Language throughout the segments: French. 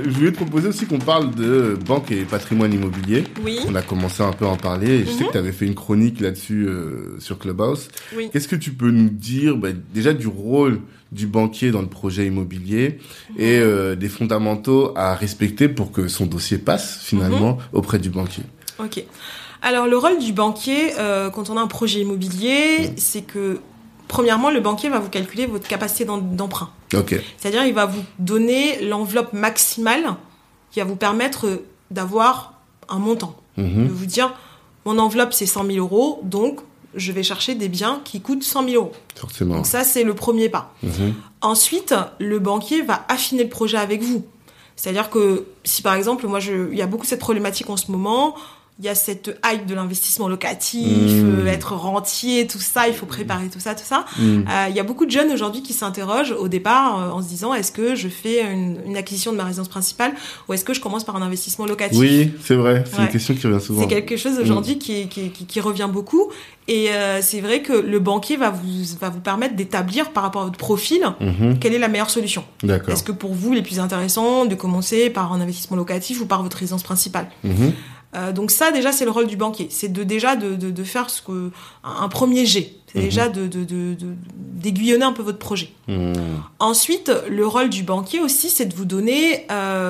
je voulais te proposer aussi qu'on parle de banque et patrimoine immobilier. Oui. On a commencé un peu à en parler. Et je sais que tu avais fait une chronique là-dessus sur Clubhouse. Oui. Qu'est-ce que tu peux nous dire déjà du rôle du banquier dans le projet immobilier et des fondamentaux à respecter pour que son dossier passe finalement auprès du banquier? Ok. Alors, le rôle du banquier, quand on a un projet immobilier, c'est que, premièrement, le banquier va vous calculer votre capacité d'emprunt. Ok. C'est-à-dire, il va vous donner l'enveloppe maximale qui va vous permettre d'avoir un montant. De vous dire, mon enveloppe, c'est 100 000 euros, donc je vais chercher des biens qui coûtent 100 000 euros. Forcément. Donc ça, c'est le premier pas. Ensuite, le banquier va affiner le projet avec vous. C'est-à-dire que si, par exemple, il y a beaucoup cette problématique en ce moment. Il y a cette hype de l'investissement locatif, être rentier, tout ça, il faut préparer tout ça. Il y a beaucoup de jeunes aujourd'hui qui s'interrogent au départ en se disant, est-ce que je fais une acquisition de ma résidence principale ou est-ce que je commence par un investissement locatif? Oui, c'est vrai, c'est une question qui revient souvent. C'est quelque chose aujourd'hui qui revient beaucoup. Et c'est vrai que le banquier va vous permettre d'établir par rapport à votre profil quelle est la meilleure solution. D'accord. Est-ce que pour vous, il est plus intéressant de commencer par un investissement locatif ou par votre résidence principale? Donc ça, déjà, c'est le rôle du banquier. C'est de faire un premier jet. C'est déjà d'aiguillonner un peu votre projet. Ensuite, le rôle du banquier aussi, c'est de vous donner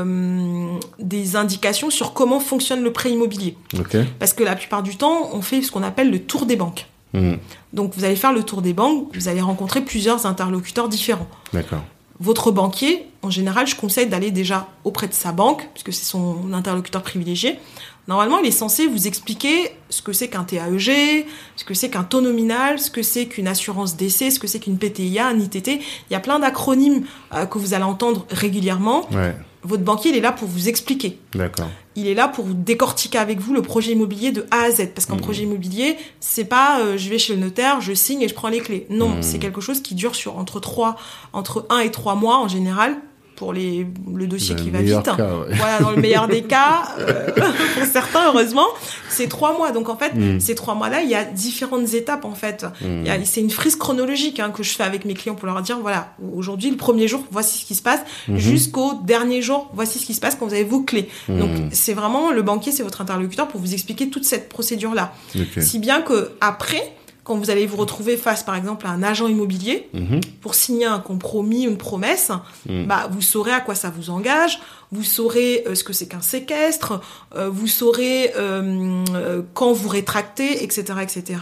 des indications sur comment fonctionne le prêt immobilier. Okay. Parce que la plupart du temps, on fait ce qu'on appelle le tour des banques. Donc, vous allez faire le tour des banques, vous allez rencontrer plusieurs interlocuteurs différents. D'accord. Votre banquier, en général, je conseille d'aller déjà auprès de sa banque, puisque c'est son interlocuteur privilégié. Normalement, il est censé vous expliquer ce que c'est qu'un TAEG, ce que c'est qu'un taux nominal, ce que c'est qu'une assurance décès, ce que c'est qu'une PTIA, un ITT. Il y a plein d'acronymes que vous allez entendre régulièrement. Ouais. Votre banquier, il est là pour vous expliquer. D'accord. Il est là pour décortiquer avec vous le projet immobilier de A à Z. Parce qu'un projet immobilier, c'est pas je vais chez le notaire, je signe et je prends les clés. Non, c'est quelque chose qui dure sur entre 1 et 3 mois en général. Pour le dossier qui va vite. Cas, ouais. Voilà, dans le meilleur des cas, pour certains, heureusement, c'est 3 mois. Donc, en fait, ces 3 mois-là, il y a différentes étapes, en fait. C'est une frise chronologique que je fais avec mes clients pour leur dire, voilà, aujourd'hui, le premier jour, voici ce qui se passe. Jusqu'au dernier jour, voici ce qui se passe quand vous avez vos clés. Donc, c'est vraiment, le banquier, c'est votre interlocuteur pour vous expliquer toute cette procédure-là. Okay. Si bien que après, quand vous allez vous retrouver face, par exemple, à un agent immobilier pour signer un compromis, une promesse, vous saurez à quoi ça vous engage, vous saurez ce que c'est qu'un séquestre, vous saurez quand vous rétractez, etc., etc.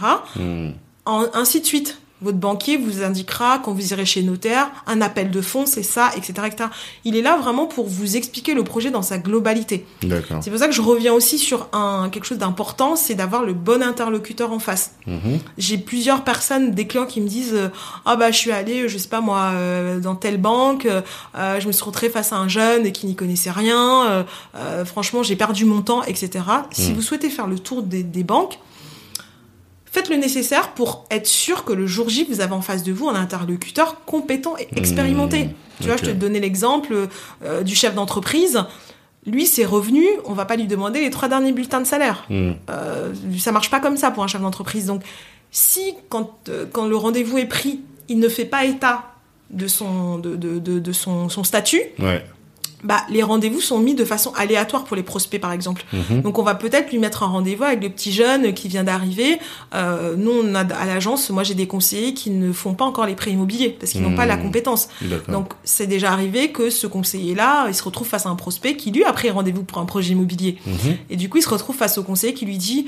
Ainsi de suite. Votre banquier vous indiquera, quand vous irez chez le notaire, un appel de fonds, c'est ça, etc., etc. Il est là vraiment pour vous expliquer le projet dans sa globalité. D'accord. C'est pour ça que je reviens aussi sur quelque chose d'important, c'est d'avoir le bon interlocuteur en face. J'ai plusieurs personnes, des clients qui me disent je suis allé, je sais pas moi, dans telle banque, je me suis retrouvée face à un jeune qui n'y connaissait rien, franchement, j'ai perdu mon temps, etc. Si vous souhaitez faire le tour des banques, faites le nécessaire pour être sûr que le jour J, vous avez en face de vous un interlocuteur compétent et expérimenté. Tu vois, je te donnais l'exemple du chef d'entreprise. Lui, ses revenus, on va pas lui demander les 3 derniers bulletins de salaire. Ça marche pas comme ça pour un chef d'entreprise. Donc, si, quand le rendez-vous est pris, il ne fait pas état de son statut... Ouais. Les rendez-vous sont mis de façon aléatoire pour les prospects, par exemple. Donc, on va peut-être lui mettre un rendez-vous avec le petit jeune qui vient d'arriver. Nous, on a à l'agence, moi, j'ai des conseillers qui ne font pas encore les prêts immobiliers parce qu'ils n'ont pas la compétence. D'accord. Donc, c'est déjà arrivé que ce conseiller-là, il se retrouve face à un prospect qui, lui, a pris rendez-vous pour un projet immobilier. Et du coup, il se retrouve face au conseiller qui lui dit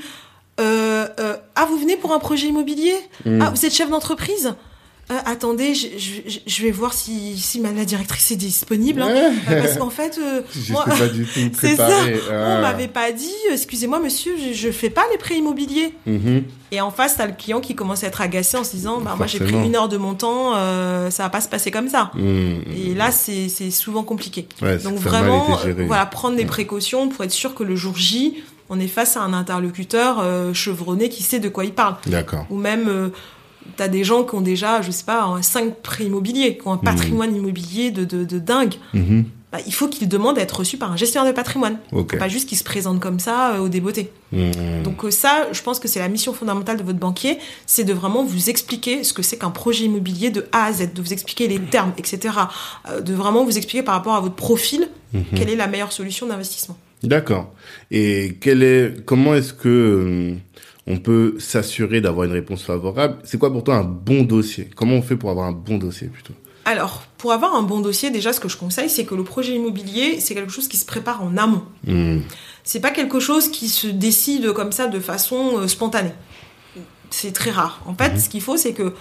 vous venez pour un projet immobilier? Vous êtes chef d'entreprise? Attendez, je vais voir si la directrice est disponible. Parce qu'en fait, moi, pas du tout c'est ça. On m'avait pas dit, excusez-moi monsieur, je fais pas les prêts immobiliers. Et en face, t'as le client qui commence à être agacé en se disant, moi j'ai pris 1 heure de mon temps, ça va pas se passer comme ça. Et là, c'est souvent compliqué. Ouais, donc vraiment, prendre des précautions pour être sûr que le jour J, on est face à un interlocuteur chevronné qui sait de quoi il parle. D'accord. Ou même t'as des gens qui ont déjà, 5 prêts immobiliers, qui ont un patrimoine immobilier de dingue. il faut qu'il demande à être reçu par un gestionnaire de patrimoine. Pas juste qu'il se présente comme ça au débeauté. Donc ça, je pense que c'est la mission fondamentale de votre banquier, c'est de vraiment vous expliquer ce que c'est qu'un projet immobilier de A à Z, de vous expliquer les termes, etc. De vraiment vous expliquer par rapport à votre profil, quelle est la meilleure solution d'investissement. D'accord. Et comment est-ce que on peut s'assurer d'avoir une réponse favorable? C'est quoi pour toi un bon dossier? Comment on fait pour avoir un bon dossier plutôt? Alors, pour avoir un bon dossier, déjà, ce que je conseille, c'est que le projet immobilier, c'est quelque chose qui se prépare en amont. C'est pas quelque chose qui se décide comme ça de façon spontanée. C'est très rare. En fait, ce qu'il faut, c'est que...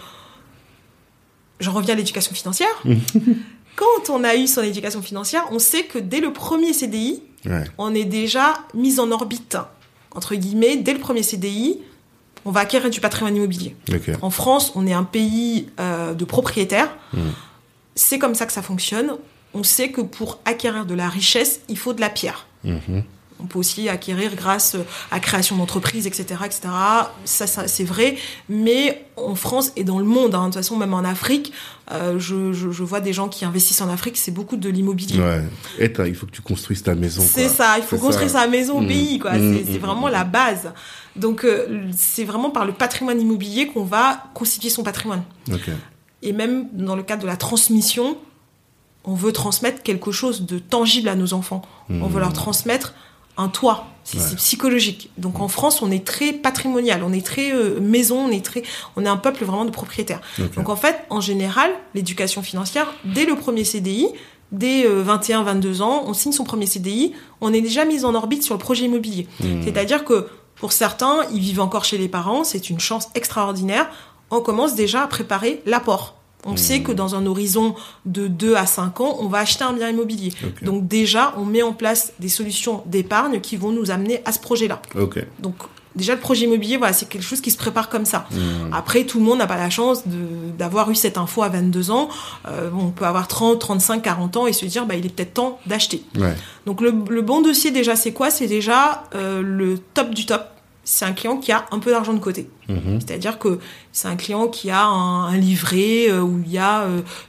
J'en reviens à l'éducation financière. Quand on a eu son éducation financière, on sait que dès le premier CDI, on est déjà mis en orbite. Entre guillemets, dès le premier CDI, on va acquérir du patrimoine immobilier. En France, on est un pays de propriétaires. C'est comme ça que ça fonctionne. On sait que pour acquérir de la richesse, il faut de la pierre. On peut aussi acquérir grâce à la création d'entreprises, etc., etc. Ça, c'est vrai. Mais en France et dans le monde, de toute façon, même en Afrique, je vois des gens qui investissent en Afrique, c'est beaucoup de l'immobilier. Et il faut que tu construises ta maison. C'est ça, il faut construire sa maison au pays. C'est vraiment la base. Donc, c'est vraiment par le patrimoine immobilier qu'on va constituer son patrimoine. Et même dans le cadre de la transmission, on veut transmettre quelque chose de tangible à nos enfants. On veut leur transmettre un toit. C'est psychologique. Donc en France, on est très patrimonial, on est très maison, on est un peuple vraiment de propriétaires. Donc en fait, en général, l'éducation financière, dès le premier CDI, dès 21, 22 ans, on signe son premier CDI, on est déjà mis en orbite sur le projet immobilier. C'est-à-dire que pour certains, ils vivent encore chez les parents, c'est une chance extraordinaire. On commence déjà à préparer l'apport. On sait que dans un horizon de 2 à 5 ans, on va acheter un bien immobilier. Donc déjà, on met en place des solutions d'épargne qui vont nous amener à ce projet-là. Donc déjà, le projet immobilier, c'est quelque chose qui se prépare comme ça. Après, tout le monde n'a pas la chance d'avoir eu cette info à 22 ans. On peut avoir 30, 35, 40 ans et se dire, il est peut-être temps d'acheter. Donc le bon dossier, déjà, c'est quoi? C'est déjà le top du top. C'est un client qui a un peu d'argent de côté. C'est-à-dire que c'est un client qui a un livret où il y a,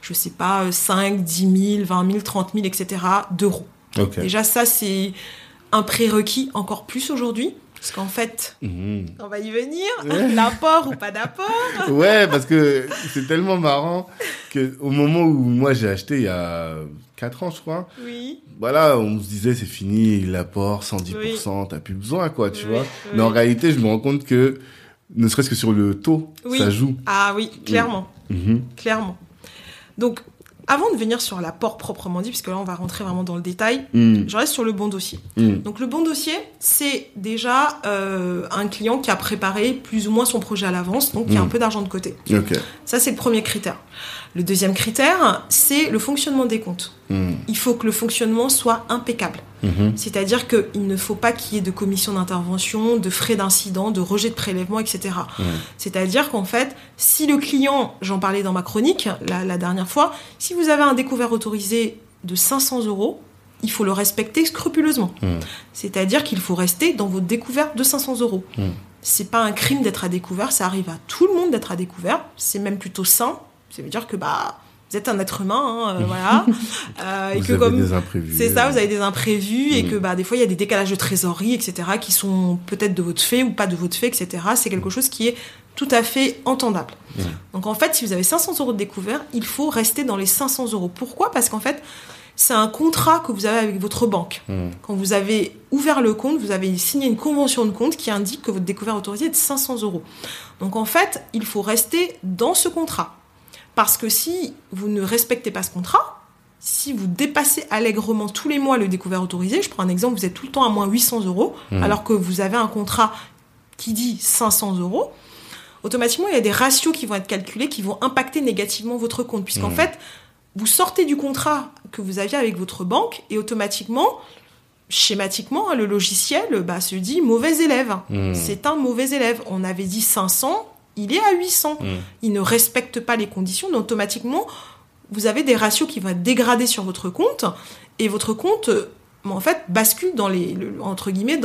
5, 10 000, 20 000, 30 000, etc. d'euros. Déjà, ça, c'est un prérequis encore plus aujourd'hui. Parce qu'en fait, on va y venir, l'apport ou pas d'apport. Parce que c'est tellement marrant qu'au moment où moi j'ai acheté il y a 4 ans, je crois. On se disait c'est fini, l'apport, 110%, t'as plus besoin, tu vois. Mais en réalité, je me rends compte que, ne serait-ce que sur le taux, ça joue. Ah oui, clairement. Clairement. Donc, avant de venir sur l'apport proprement dit, puisque là, on va rentrer vraiment dans le détail, je reste sur le bon dossier. Donc, le bon dossier, c'est déjà un client qui a préparé plus ou moins son projet à l'avance, donc qui a un peu d'argent de côté. Ça, c'est le premier critère. Le deuxième critère, c'est le fonctionnement des comptes. Il faut que le fonctionnement soit impeccable. C'est-à-dire qu'il ne faut pas qu'il y ait de commission d'intervention, de frais d'incident, de rejet de prélèvement, etc. C'est-à-dire qu'en fait, si le client, j'en parlais dans ma chronique la dernière fois, si vous avez un découvert autorisé de 500 €, il faut le respecter scrupuleusement. C'est-à-dire qu'il faut rester dans votre découvert de 500 €. C'est pas un crime d'être à découvert, ça arrive à tout le monde d'être à découvert, c'est même plutôt sain. Ça veut dire que vous êtes un être humain, et vous que avez des imprévus. C'est ça, vous avez des imprévus et que des fois il y a des décalages de trésorerie, etc., qui sont peut-être de votre fait ou pas de votre fait, etc. C'est quelque chose qui est tout à fait entendable. Donc en fait, si vous avez 500 € de découvert, il faut rester dans les 500 €. Pourquoi ? Parce qu'en fait, c'est un contrat que vous avez avec votre banque. Quand vous avez ouvert le compte, vous avez signé une convention de compte qui indique que votre découvert autorisé est de 500 €. Donc en fait, il faut rester dans ce contrat. Parce que si vous ne respectez pas ce contrat, si vous dépassez allègrement tous les mois le découvert autorisé, je prends un exemple, vous êtes tout le temps à moins 800 €, alors que vous avez un contrat qui dit 500 €, automatiquement, il y a des ratios qui vont être calculés, qui vont impacter négativement votre compte. Puisqu'en fait, vous sortez du contrat que vous aviez avec votre banque et automatiquement, schématiquement, le logiciel se dit mauvais élève. C'est un mauvais élève. On avait dit 500, il est à 800. Il ne respecte pas les conditions, donc automatiquement, vous avez des ratios qui vont être dégradés sur votre compte et votre compte, en fait, basculent dans entre guillemets,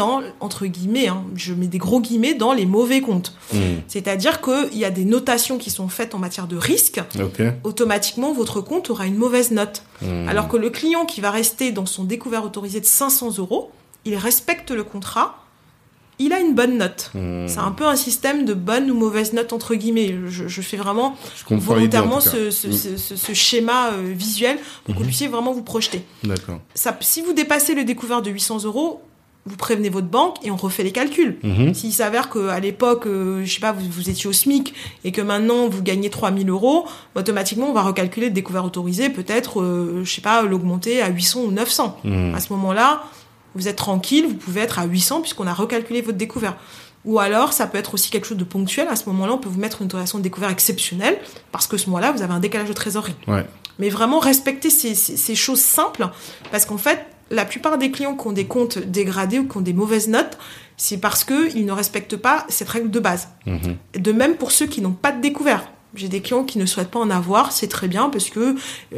je mets des gros guillemets, dans les mauvais comptes. C'est-à-dire qu'il y a des notations qui sont faites en matière de risque. Automatiquement, votre compte aura une mauvaise note. Alors que le client qui va rester dans son découvert autorisé de 500 €, il respecte le contrat, il a une bonne note. C'est un peu un système de bonne ou mauvaise note, entre guillemets. Je fais vraiment volontairement ce schéma visuel pour que vous puissiez vraiment vous projeter. D'accord. Si vous dépassez le découvert de 800 €, vous prévenez votre banque et on refait les calculs. S'il s'avère qu'à l'époque, je sais pas, vous étiez au SMIC et que maintenant vous gagnez 3 000 €, automatiquement on va recalculer le découvert autorisé, peut-être, je sais pas, l'augmenter à 800 ou 900. À ce moment-là, vous êtes tranquille, vous pouvez être à 800 puisqu'on a recalculé votre découvert. Ou alors, ça peut être aussi quelque chose de ponctuel. À ce moment-là, on peut vous mettre une autorisation de découvert exceptionnelle parce que ce mois-là, vous avez un décalage de trésorerie. Ouais. Mais vraiment, respecter ces choses simples parce qu'en fait, la plupart des clients qui ont des comptes dégradés ou qui ont des mauvaises notes, c'est parce qu'ils ne respectent pas cette règle de base. De même pour ceux qui n'ont pas de découvert. J'ai des clients qui ne souhaitent pas en avoir, c'est très bien parce que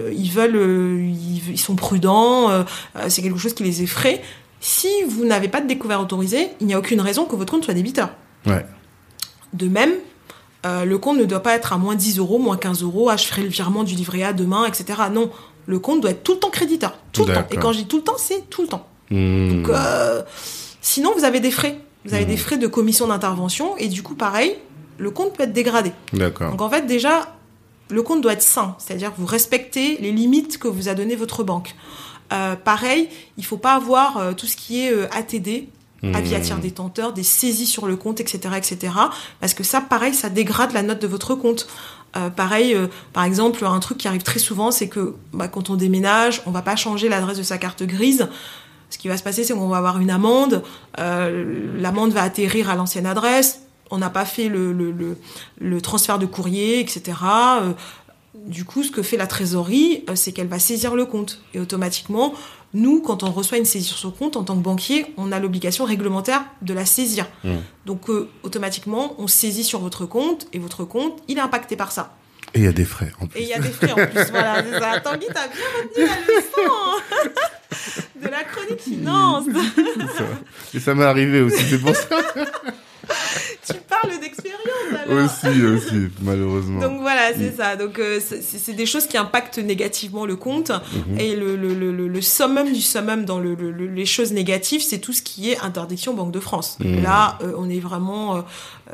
ils sont prudents, c'est quelque chose qui les effraie. Si vous n'avez pas de découvert autorisé, il n'y a aucune raison que votre compte soit débiteur. Ouais. De même, le compte ne doit pas être à moins 10 €, moins 15 €, je ferai le virement du livret A demain, etc. Non, le compte doit être tout le temps créditeur. Tout le temps. Et quand je dis tout le temps, c'est tout le temps. Donc, sinon, vous avez des frais. Vous avez des frais de commission d'intervention et du coup, pareil, le compte peut être dégradé. D'accord. Donc, en fait, déjà, le compte doit être sain. C'est-à-dire que vous respectez les limites que vous a données votre banque. Pareil, il faut pas avoir tout ce qui est ATD, avis à tiers détenteur, des saisies sur le compte, etc., etc. Parce que ça, pareil, ça dégrade la note de votre compte. Pareil, par exemple, un truc qui arrive très souvent, c'est que quand on déménage, on va pas changer l'adresse de sa carte grise. Ce qui va se passer, c'est qu'on va avoir une amende. L'amende va atterrir à l'ancienne adresse. On n'a pas fait le transfert de courrier, etc. Du coup, ce que fait la trésorerie, c'est qu'elle va saisir le compte. Et automatiquement, nous, quand on reçoit une saisie sur son compte, en tant que banquier, on a l'obligation réglementaire de la saisir. Donc, automatiquement, on saisit sur votre compte, et votre compte, il est impacté par ça. Et il y a des frais, en plus. Et il y a des frais, en plus, voilà. C'est ça. Tanguy, t'as bien retenu la leçon de la chronique finance. Et ça m'est arrivé aussi, c'est pour ça. Tu parles d'expérience, alors. Aussi, malheureusement. Donc voilà, c'est ça. Donc c'est des choses qui impactent négativement le compte. Et le summum du summum dans les choses négatives, c'est tout ce qui est interdiction Banque de France. Là, on est vraiment...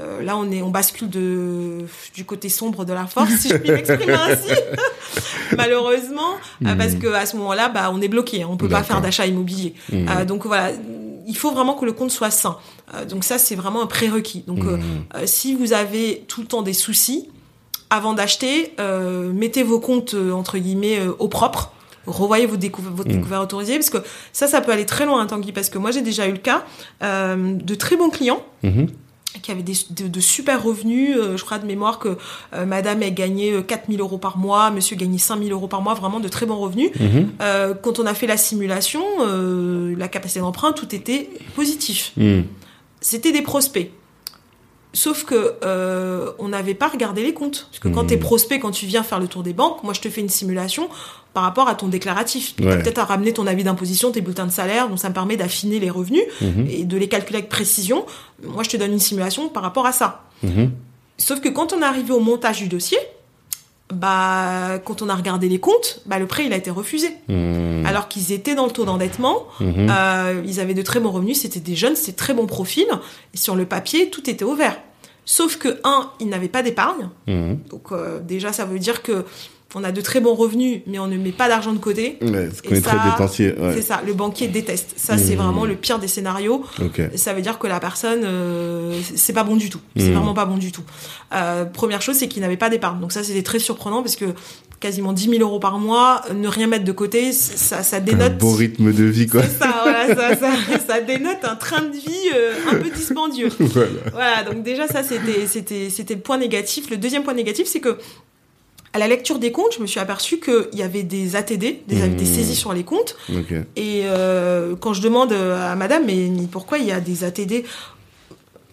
on bascule du côté sombre de la force, si je puis m'exprimer ainsi. Malheureusement, parce que à ce moment-là, on est bloqué. On peut pas faire d'achat immobilier. Donc voilà, il faut vraiment que le compte soit sain. Donc ça, c'est vraiment un prérequis. Donc si vous avez tout le temps des soucis, avant d'acheter, mettez vos comptes, entre guillemets, au propre. Revoyez votre découvert autorisé, parce que ça peut aller très loin, Tanguy, parce que moi, j'ai déjà eu le cas de très bons clients qui avaient de super revenus. Je crois de mémoire que madame, elle gagnait 4 000 € par mois, monsieur gagnait 5 000 € par mois, vraiment de très bons revenus. Quand on a fait la simulation, la capacité d'emprunt, tout était positif. C'était des prospects. Sauf que on n'avait pas regardé les comptes. Parce que quand t'es prospect, quand tu viens faire le tour des banques, moi je te fais une simulation par rapport à ton déclaratif. Peut-être à ramener ton avis d'imposition, tes bulletins de salaire, donc ça me permet d'affiner les revenus et de les calculer avec précision. Moi je te donne une simulation par rapport à ça. Sauf que quand on est arrivé au montage du dossier, quand on a regardé les comptes, le prêt il a été refusé. Alors qu'ils étaient dans le taux d'endettement, ils avaient de très bons revenus, c'était des jeunes, c'était très bon profil, et sur le papier, tout était au vert. Sauf que, ils n'avaient pas d'épargne, donc déjà ça veut dire que on a de très bons revenus, mais on ne met pas d'argent de côté. Ouais, ce qu'on est très dépensier. Ouais. C'est ça, le banquier déteste. Ça, c'est vraiment le pire des scénarios. Ça veut dire que la personne, c'est pas bon du tout. C'est vraiment pas bon du tout. Première chose, c'est qu'il n'avait pas d'épargne. Donc ça, c'était très surprenant parce que quasiment 10 000 € par mois, ne rien mettre de côté, ça dénote... Un bon rythme de vie, quoi. C'est ça, voilà, ça dénote un train de vie un peu dispendieux. Voilà, donc déjà, ça, c'était le point négatif. Le deuxième point négatif, c'est que à la lecture des comptes, je me suis aperçue qu'il y avait des ATD, des saisies sur les comptes. Et quand je demande à madame, mais pourquoi il y a des ATD ?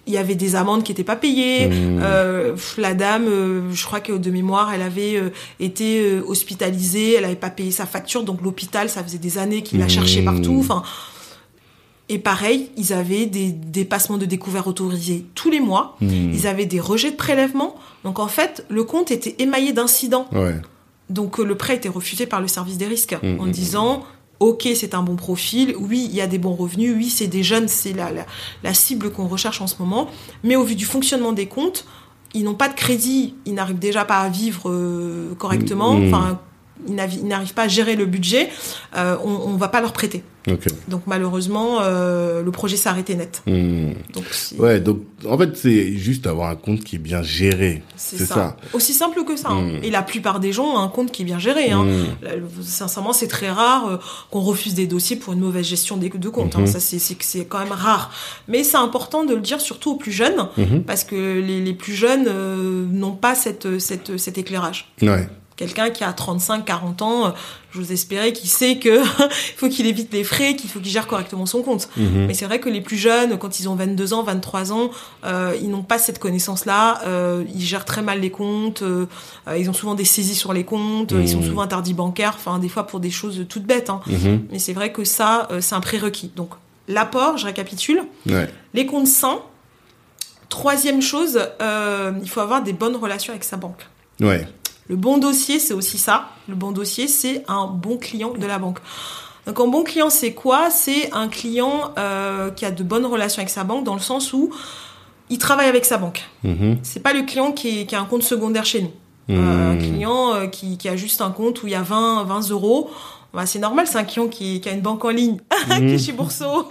il y avait des amendes qui étaient pas payées. La dame, je crois que de mémoire, elle avait été hospitalisée, elle avait pas payé sa facture, donc l'hôpital, ça faisait des années qu'il la cherchait partout. Enfin, et pareil, ils avaient des dépassements de découvert autorisés tous les mois. Ils avaient des rejets de prélèvements. Donc en fait, le compte était émaillé d'incidents. Ouais. Donc le prêt était refusé par le service des risques en disant ok, c'est un bon profil, oui, il y a des bons revenus, oui, c'est des jeunes, c'est la cible qu'on recherche en ce moment, mais au vu du fonctionnement des comptes, ils n'ont pas de crédit, ils n'arrivent déjà pas à vivre correctement, enfin, ils n'arrivent pas à gérer le budget, on va pas leur prêter. Okay. Donc malheureusement, le projet s'est arrêté net. Donc en fait c'est juste avoir un compte qui est bien géré. C'est ça. Aussi simple que ça. Et la plupart des gens ont un compte qui est bien géré. Sincèrement, c'est très rare qu'on refuse des dossiers pour une mauvaise gestion de compte. Ça c'est quand même rare. Mais c'est important de le dire surtout aux plus jeunes parce que les plus jeunes n'ont pas cet éclairage. Ouais. Quelqu'un qui a 35, 40 ans, j'ose espérer qu'il sait que il faut qu'il évite les frais, qu'il faut qu'il gère correctement son compte. Mais c'est vrai que les plus jeunes, quand ils ont 22 ans, 23 ans, ils n'ont pas cette connaissance-là. Ils gèrent très mal les comptes. Ils ont souvent des saisies sur les comptes. Ils sont souvent interdits bancaires. Enfin, des fois pour des choses toutes bêtes. Mais c'est vrai que ça, c'est un prérequis. Donc, l'apport, je récapitule. Ouais. Les comptes sains. Troisième chose, il faut avoir des bonnes relations avec sa banque. Ouais. Le bon dossier, c'est aussi ça. Le bon dossier, c'est un bon client de la banque. Donc, un bon client, c'est quoi ? C'est un client qui a de bonnes relations avec sa banque dans le sens où il travaille avec sa banque. C'est pas le client qui a un compte secondaire chez nous. Un client qui a juste un compte où il y a 20 euros. Bah, c'est normal, c'est un client qui a une banque en ligne, qui est chez Bourseau.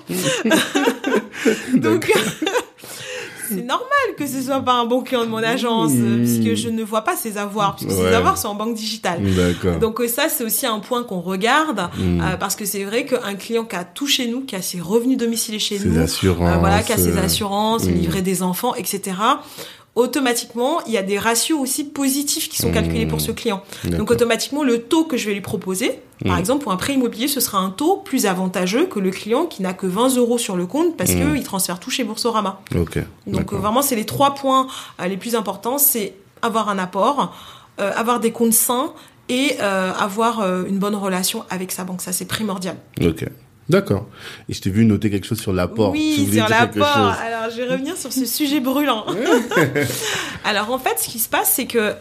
Donc... c'est normal que ce soit pas un bon client de mon agence, puisque je ne vois pas ses avoirs, puisque ses avoirs sont en banque digitale. D'accord. Donc ça, c'est aussi un point qu'on regarde, parce que c'est vrai qu'un client qui a tout chez nous, qui a ses revenus domiciliés chez nous, qui a ses assurances, livret des enfants, etc., automatiquement, il y a des ratios aussi positifs qui sont calculés pour ce client. D'accord. Donc, automatiquement, le taux que je vais lui proposer, par exemple, pour un prêt immobilier, ce sera un taux plus avantageux que le client qui n'a que 20 euros sur le compte parce qu'il transfère tout chez Boursorama. Okay. Donc, vraiment, c'est les 3 points les plus importants. C'est avoir un apport, avoir des comptes sains et avoir une bonne relation avec sa banque. Ça, c'est primordial. Ok. D'accord. Et je t'ai vu noter quelque chose sur l'apport. Oui, sur l'apport. Alors, je vais revenir sur ce sujet brûlant. Alors, en fait, ce qui se passe, c'est que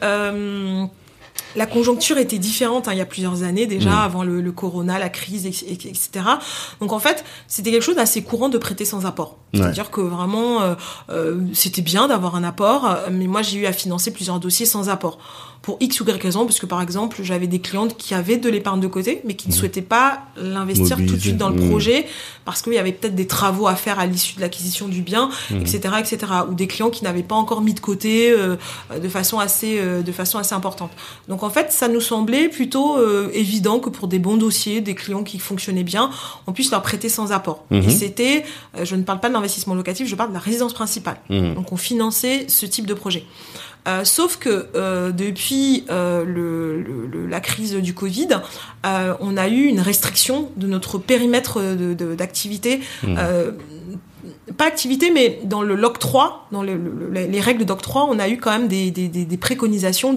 la conjoncture était différente il y a plusieurs années déjà, avant le corona, la crise, etc. Donc, en fait, c'était quelque chose d'assez courant de prêter sans apport. C'est-à-dire que vraiment, c'était bien d'avoir un apport, mais moi, j'ai eu à financer plusieurs dossiers sans apport. Pour X ou Y raison, parce que par exemple, j'avais des clientes qui avaient de l'épargne de côté, mais qui ne souhaitaient pas l'investir tout de suite dans le projet, parce qu'il y avait peut-être des travaux à faire à l'issue de l'acquisition du bien, etc., etc. Ou des clients qui n'avaient pas encore mis de côté de façon assez importante. Donc en fait, ça nous semblait plutôt évident que pour des bons dossiers, des clients qui fonctionnaient bien, on puisse leur prêter sans apport. Et c'était, je ne parle pas de l'investissement locatif, je parle de la résidence principale. Donc on finançait ce type de projet. Sauf que depuis la crise du Covid, on a eu une restriction de notre périmètre d'activité. Pas activité, mais dans l'octroi, dans les règles d'octroi, on a eu quand même des préconisations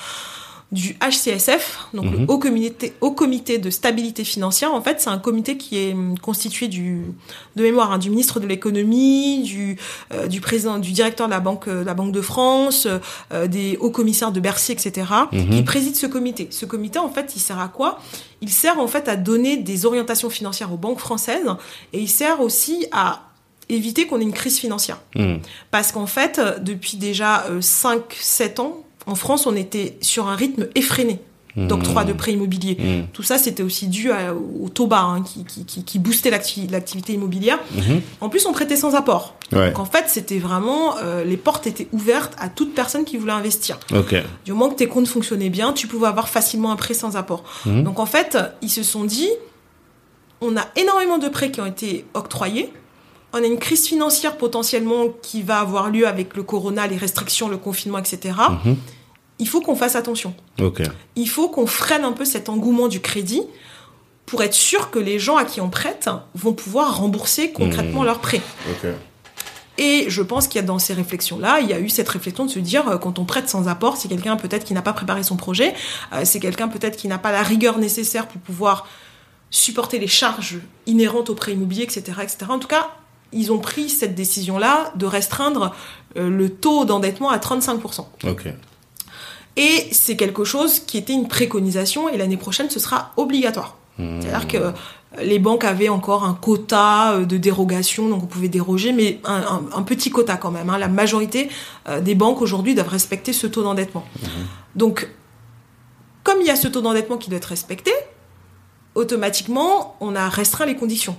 du HCSF, donc le Haut Comité de Stabilité Financière. En fait, c'est un comité qui est constitué de mémoire du ministre de l'économie, du président, du directeur de la Banque de France, des hauts commissaires de Bercy, etc., qui président ce comité. Ce comité, en fait, il sert à quoi ? Il sert en fait à donner des orientations financières aux banques françaises, et il sert aussi à éviter qu'on ait une crise financière. Parce qu'en fait, depuis déjà 5-7 ans, en France, on était sur un rythme effréné d'octroi de prêts immobiliers. Tout ça, c'était aussi dû au taux bas qui boostait l'activité immobilière. En plus, on prêtait sans apport. Ouais. Donc en fait, c'était vraiment... les portes étaient ouvertes à toute personne qui voulait investir. Okay. Du moment que tes comptes fonctionnaient bien, tu pouvais avoir facilement un prêt sans apport. Donc en fait, ils se sont dit, on a énormément de prêts qui ont été octroyés. On a une crise financière potentiellement qui va avoir lieu avec le corona, les restrictions, le confinement, etc. Il faut qu'on fasse attention. Okay. Il faut qu'on freine un peu cet engouement du crédit pour être sûr que les gens à qui on prête vont pouvoir rembourser concrètement leurs prêts. Okay. Et je pense qu'il y a dans ces réflexions-là, il y a eu cette réflexion de se dire, quand on prête sans apport, c'est quelqu'un peut-être qui n'a pas préparé son projet, c'est quelqu'un peut-être qui n'a pas la rigueur nécessaire pour pouvoir supporter les charges inhérentes au prêt immobilier, etc., etc. En tout cas, ils ont pris cette décision-là de restreindre le taux d'endettement à 35%. Ok. Et c'est quelque chose qui était une préconisation, et l'année prochaine, ce sera obligatoire. C'est-à-dire que les banques avaient encore un quota de dérogation, donc on pouvait déroger, mais un petit quota quand même. La majorité des banques aujourd'hui doivent respecter ce taux d'endettement. Donc, comme il y a ce taux d'endettement qui doit être respecté, automatiquement, on a restreint les conditions.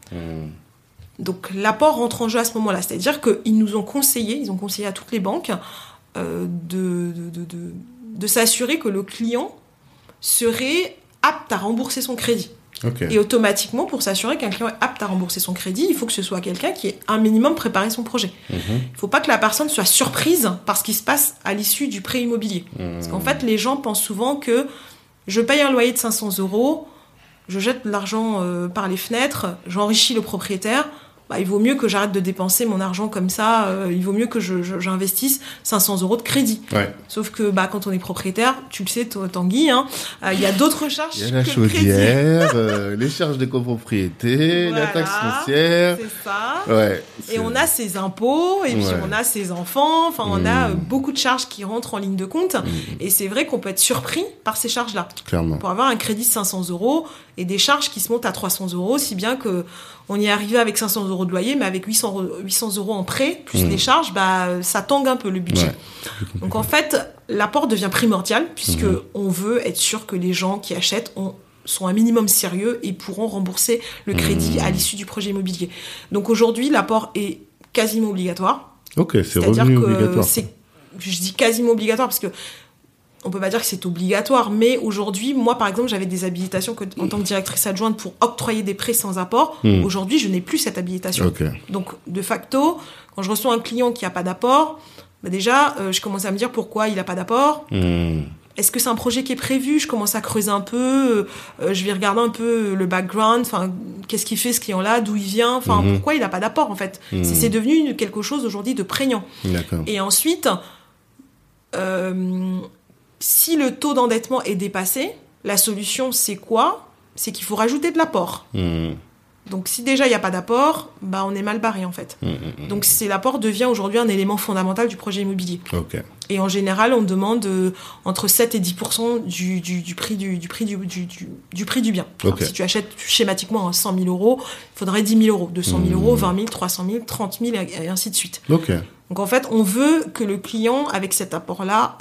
Donc, l'apport rentre en jeu à ce moment-là. C'est-à-dire qu'ils nous ont conseillé, ils ont conseillé à toutes les banques de s'assurer que le client serait apte à rembourser son crédit. Okay. Et automatiquement, pour s'assurer qu'un client est apte à rembourser son crédit, il faut que ce soit quelqu'un qui ait un minimum préparé son projet. Il ne faut pas que la personne soit surprise par ce qui se passe à l'issue du prêt immobilier. Parce qu'en fait, les gens pensent souvent que je paye un loyer de 500 €, je jette de l'argent par les fenêtres, j'enrichis le propriétaire. Il vaut mieux que j'arrête de dépenser mon argent comme ça, il vaut mieux que j'investisse 500 € de crédit. Ouais. Sauf que quand on est propriétaire, tu le sais, Tanguy, il y a d'autres charges. Il y a la chaudière, les charges de copropriété, la taxe foncière. C'est ça. Ouais, et on a ses impôts, et puis on a ses enfants, enfin on a beaucoup de charges qui rentrent en ligne de compte. Et c'est vrai qu'on peut être surpris par ces charges-là. Clairement. Pour avoir un crédit de 500 € et des charges qui se montent à 300 €, si bien que on y est arrivé avec 500 € de loyer, mais avec 800 € en prêt, plus les charges, ça tangue un peu le budget. Ouais. Donc en fait, l'apport devient primordial, puisque on veut être sûr que les gens qui achètent sont un minimum sérieux et pourront rembourser le crédit à l'issue du projet immobilier. Donc aujourd'hui, l'apport est quasiment obligatoire. Ok, c'est revenu obligatoire. Je dis quasiment obligatoire parce que on peut pas dire que c'est obligatoire, mais aujourd'hui, moi, par exemple, j'avais des habilitations en tant que directrice adjointe pour octroyer des prêts sans apport. Aujourd'hui, je n'ai plus cette habilitation. Okay. Donc, de facto, quand je reçois un client qui a pas d'apport, déjà, je commence à me dire pourquoi il a pas d'apport. Est-ce que c'est un projet qui est prévu ? Je commence à creuser un peu, je vais regarder un peu le background, qu'est-ce qu'il fait ce client-là, d'où il vient, pourquoi il a pas d'apport, en fait. C'est devenu quelque chose aujourd'hui de prégnant. D'accord. Et ensuite, si le taux d'endettement est dépassé, la solution, c'est quoi ? C'est qu'il faut rajouter de l'apport. Donc, si déjà il n'y a pas d'apport, on est mal barré, en fait. Donc, l'apport devient aujourd'hui un élément fondamental du projet immobilier. Okay. Et en général, on demande entre 7 et 10% du prix du bien. Okay. Alors, si tu achètes schématiquement à 100 000 €, il faudrait 10 000 €. 200 000 €, 20 000, 300 000, 30 000, et ainsi de suite. Okay. Donc, en fait, on veut que le client, avec cet apport-là,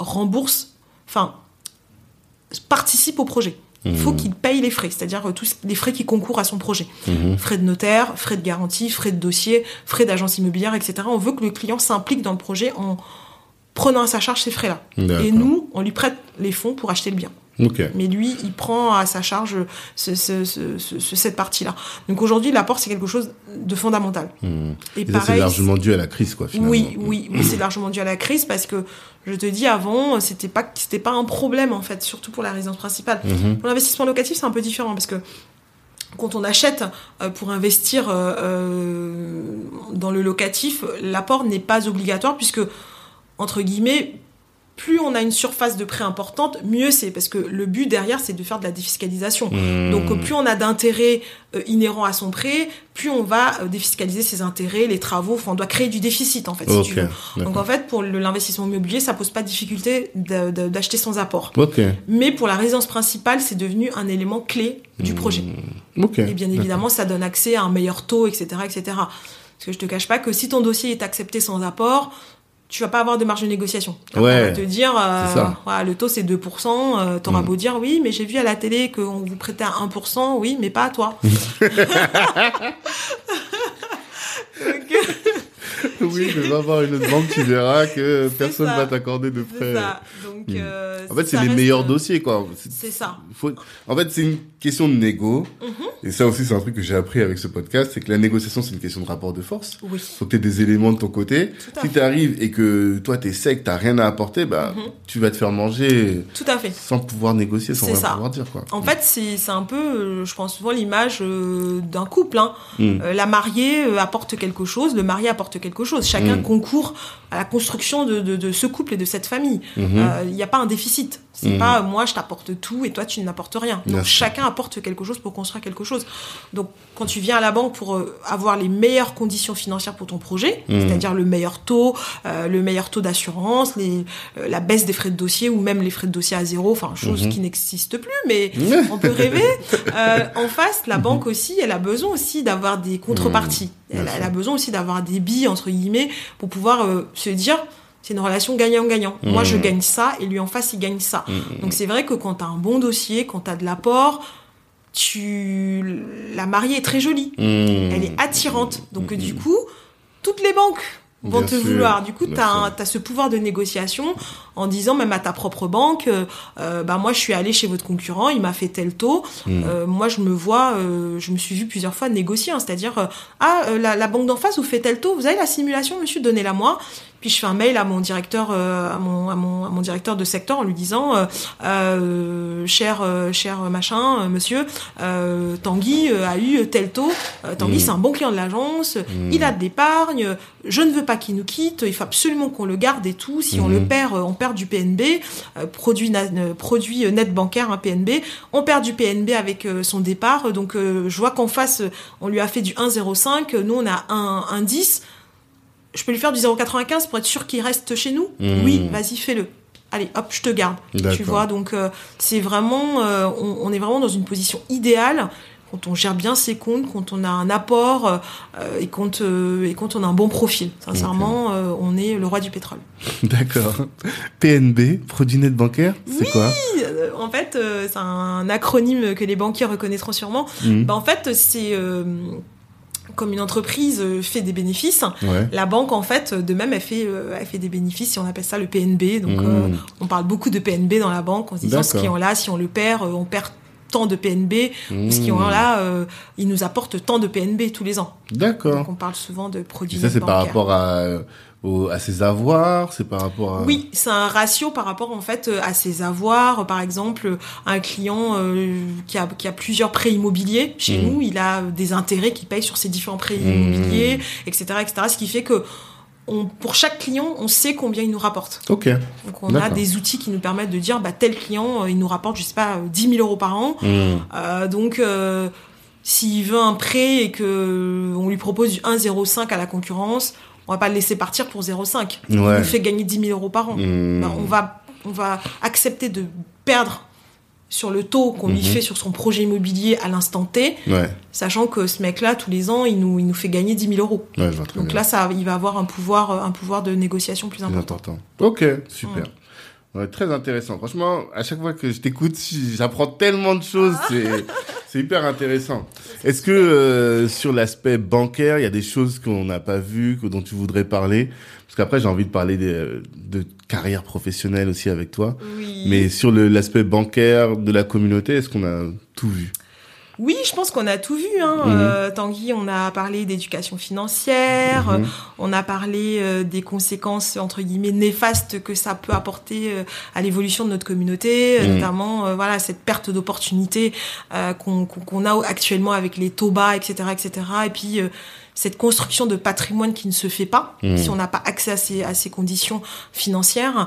participe au projet. Il faut qu'il paye les frais, c'est-à-dire tous les frais qui concourent à son projet. Frais de notaire, frais de garantie, frais de dossier, frais d'agence immobilière, etc. On veut que le client s'implique dans le projet en prenant à sa charge ces frais-là. D'accord. Et nous, on lui prête les fonds pour acheter le bien. Okay. Mais lui, il prend à sa charge cette partie-là. Donc aujourd'hui, l'apport, c'est quelque chose de fondamental. Et pareil, ça, c'est largement dû à la crise, quoi, finalement. Oui, c'est largement dû à la crise parce que, je te dis, avant, c'était pas un problème, en fait, surtout pour la résidence principale. Pour l'investissement locatif, c'est un peu différent parce que quand on achète pour investir dans le locatif, l'apport n'est pas obligatoire puisque, entre guillemets, plus on a une surface de prêt importante, mieux c'est, parce que le but derrière, c'est de faire de la défiscalisation. Donc, plus on a d'intérêts inhérents à son prêt, plus on va défiscaliser ses intérêts, les travaux, on doit créer du déficit, en fait, si tu veux. Donc, en fait, pour l'investissement immobilier, ça pose pas de difficulté d'acheter sans apport. Mais pour la résidence principale, c'est devenu un élément clé du projet. Et bien évidemment, ça donne accès à un meilleur taux, etc., etc. Parce que je te cache pas que si ton dossier est accepté sans apport, tu vas pas avoir de marge de négociation. On va te dire, le taux c'est 2%, t'auras beau dire, oui, mais j'ai vu à la télé qu'on vous prêtait à 1%, oui, mais pas à toi. Oui, mais va voir une autre banque, tu verras que personne ne va t'accorder de prêt. C'est ça. Donc, en fait, c'est les meilleurs dossiers, quoi. C'est ça. En fait, c'est une question de négo. Et ça aussi, c'est un truc que j'ai appris avec ce podcast, c'est que la négociation, c'est une question de rapport de force. Oui. Faut que tu aies des éléments de ton côté. Si tu arrives et que toi, t'es sec, t'as rien à apporter, tu vas te faire manger. Tout à fait. Sans pouvoir négocier, sans rien pouvoir dire, quoi. En fait, c'est un peu, je pense souvent l'image d'un couple, La mariée apporte quelque chose, le mari apporte quelque chose. chose. Chacun concourt à la construction de ce couple et de cette famille. Il n'y a pas un déficit. C'est pas moi je t'apporte tout et toi tu n'apportes rien. Donc chacun apporte quelque chose pour construire quelque chose. Donc quand tu viens à la banque pour avoir les meilleures conditions financières pour ton projet, c'est-à-dire le meilleur taux d'assurance, la baisse des frais de dossier ou même les frais de dossier à zéro, enfin chose qui n'existe plus, mais on peut rêver. En face, la banque aussi, elle a besoin aussi d'avoir des contreparties. Elle a besoin aussi d'avoir des billes entre guillemets pour pouvoir se dire c'est une relation gagnant-gagnant. Moi, je gagne ça et lui en face, il gagne ça. Donc, c'est vrai que quand tu as un bon dossier, quand tu as de l'apport, la mariée est très jolie. Elle est attirante. Donc, du coup, toutes les banques vont te vouloir. Du coup, tu as ce pouvoir de négociation en disant même à ta propre banque, moi, je suis allée chez votre concurrent, il m'a fait tel taux. Moi, je me suis vue plusieurs fois négocier. C'est-à-dire, la banque d'en face vous fait tel taux, vous avez la simulation, monsieur, donnez-la moi. Puis je fais un mail à mon directeur, à mon directeur de secteur en lui disant, cher machin, monsieur, Tanguy a eu tel taux. Tanguy, c'est un bon client de l'agence, il a de l'épargne, je ne veux pas qu'il nous quitte, il faut absolument qu'on le garde et tout. Si on le perd, on perd du PNB, produit net bancaire, PNB, on perd du PNB avec son départ. Donc je vois qu'en face, on lui a fait du 1,05, nous on a 1,10. Je peux lui faire du 0,95 pour être sûr qu'il reste chez nous ? Oui, vas-y, fais-le. Allez, hop, je te garde. D'accord. Tu vois, donc c'est vraiment, on est vraiment dans une position idéale quand on gère bien ses comptes, quand on a un apport et quand on a un bon profil. Sincèrement, on est le roi du pétrole. D'accord. PNB, produit net bancaire, c'est quoi ? En fait, c'est un acronyme que les banquiers reconnaîtront sûrement. En fait, c'est comme une entreprise fait des bénéfices, la banque, en fait, de même, elle fait des bénéfices, et on appelle ça le PNB. Donc, on parle beaucoup de PNB dans la banque, en se disant, ce client-là, si on le perd, on perd tant de PNB. Ce client-là, il nous apporte tant de PNB tous les ans. D'accord. Donc, on parle souvent de produits bancaires. Ça, c'est bancaires. Par rapport à ses avoirs, c'est par rapport à... Oui, c'est un ratio par rapport, en fait, à ses avoirs. Par exemple, un client qui a plusieurs prêts immobiliers chez nous, il a des intérêts qu'il paye sur ses différents prêts immobiliers, etc., etc. Ce qui fait que pour chaque client, on sait combien il nous rapporte. Ok. Donc, on a des outils qui nous permettent de dire, tel client, il nous rapporte, je sais pas, 10 000 euros par an. Donc, s'il veut un prêt et que on lui propose du 1,05 à la concurrence, on va pas le laisser partir pour 0,5. Il nous fait gagner 10 000 euros par an. On va accepter de perdre sur le taux qu'on lui fait sur son projet immobilier à l'instant T, sachant que ce mec-là, tous les ans, il nous fait gagner 10 000 euros. Donc là, il va avoir un pouvoir de négociation plus important. Ok, super. Ouais, très intéressant. Franchement, à chaque fois que je t'écoute, j'apprends tellement de choses. C'est hyper intéressant. Est-ce que sur l'aspect bancaire, il y a des choses qu'on n'a pas vues, dont tu voudrais parler ? Parce qu'après, j'ai envie de parler de carrière professionnelle aussi avec toi. Oui. Mais sur l'aspect bancaire de la communauté, est-ce qu'on a tout vu ? Oui, je pense qu'on a tout vu. Tanguy, on a parlé d'éducation financière, on a parlé des conséquences, entre guillemets, néfastes que ça peut apporter à l'évolution de notre communauté, notamment cette perte d'opportunités qu'on a actuellement avec les taux bas, etc., etc. Et puis cette construction de patrimoine qui ne se fait pas si on n'a pas accès à ces conditions financières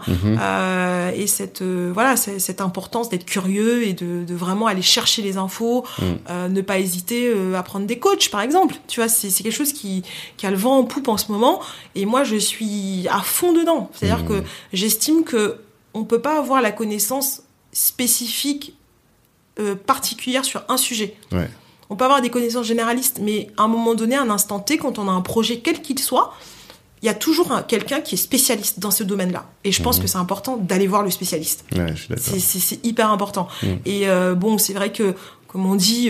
et cette importance d'être curieux et de vraiment aller chercher les infos, ne pas hésiter à prendre des coachs par exemple. Tu vois, c'est quelque chose qui a le vent en poupe en ce moment et moi je suis à fond dedans. C'est-à-dire que j'estime que on peut pas avoir la connaissance spécifique particulière sur un sujet. On peut avoir des connaissances généralistes, mais à un moment donné, à un instant T, quand on a un projet quel qu'il soit, il y a toujours quelqu'un qui est spécialiste dans ce domaine-là. Et je pense que c'est important d'aller voir le spécialiste. Ouais, je suis d'accord. C'est hyper important. Et c'est vrai que, comme on dit,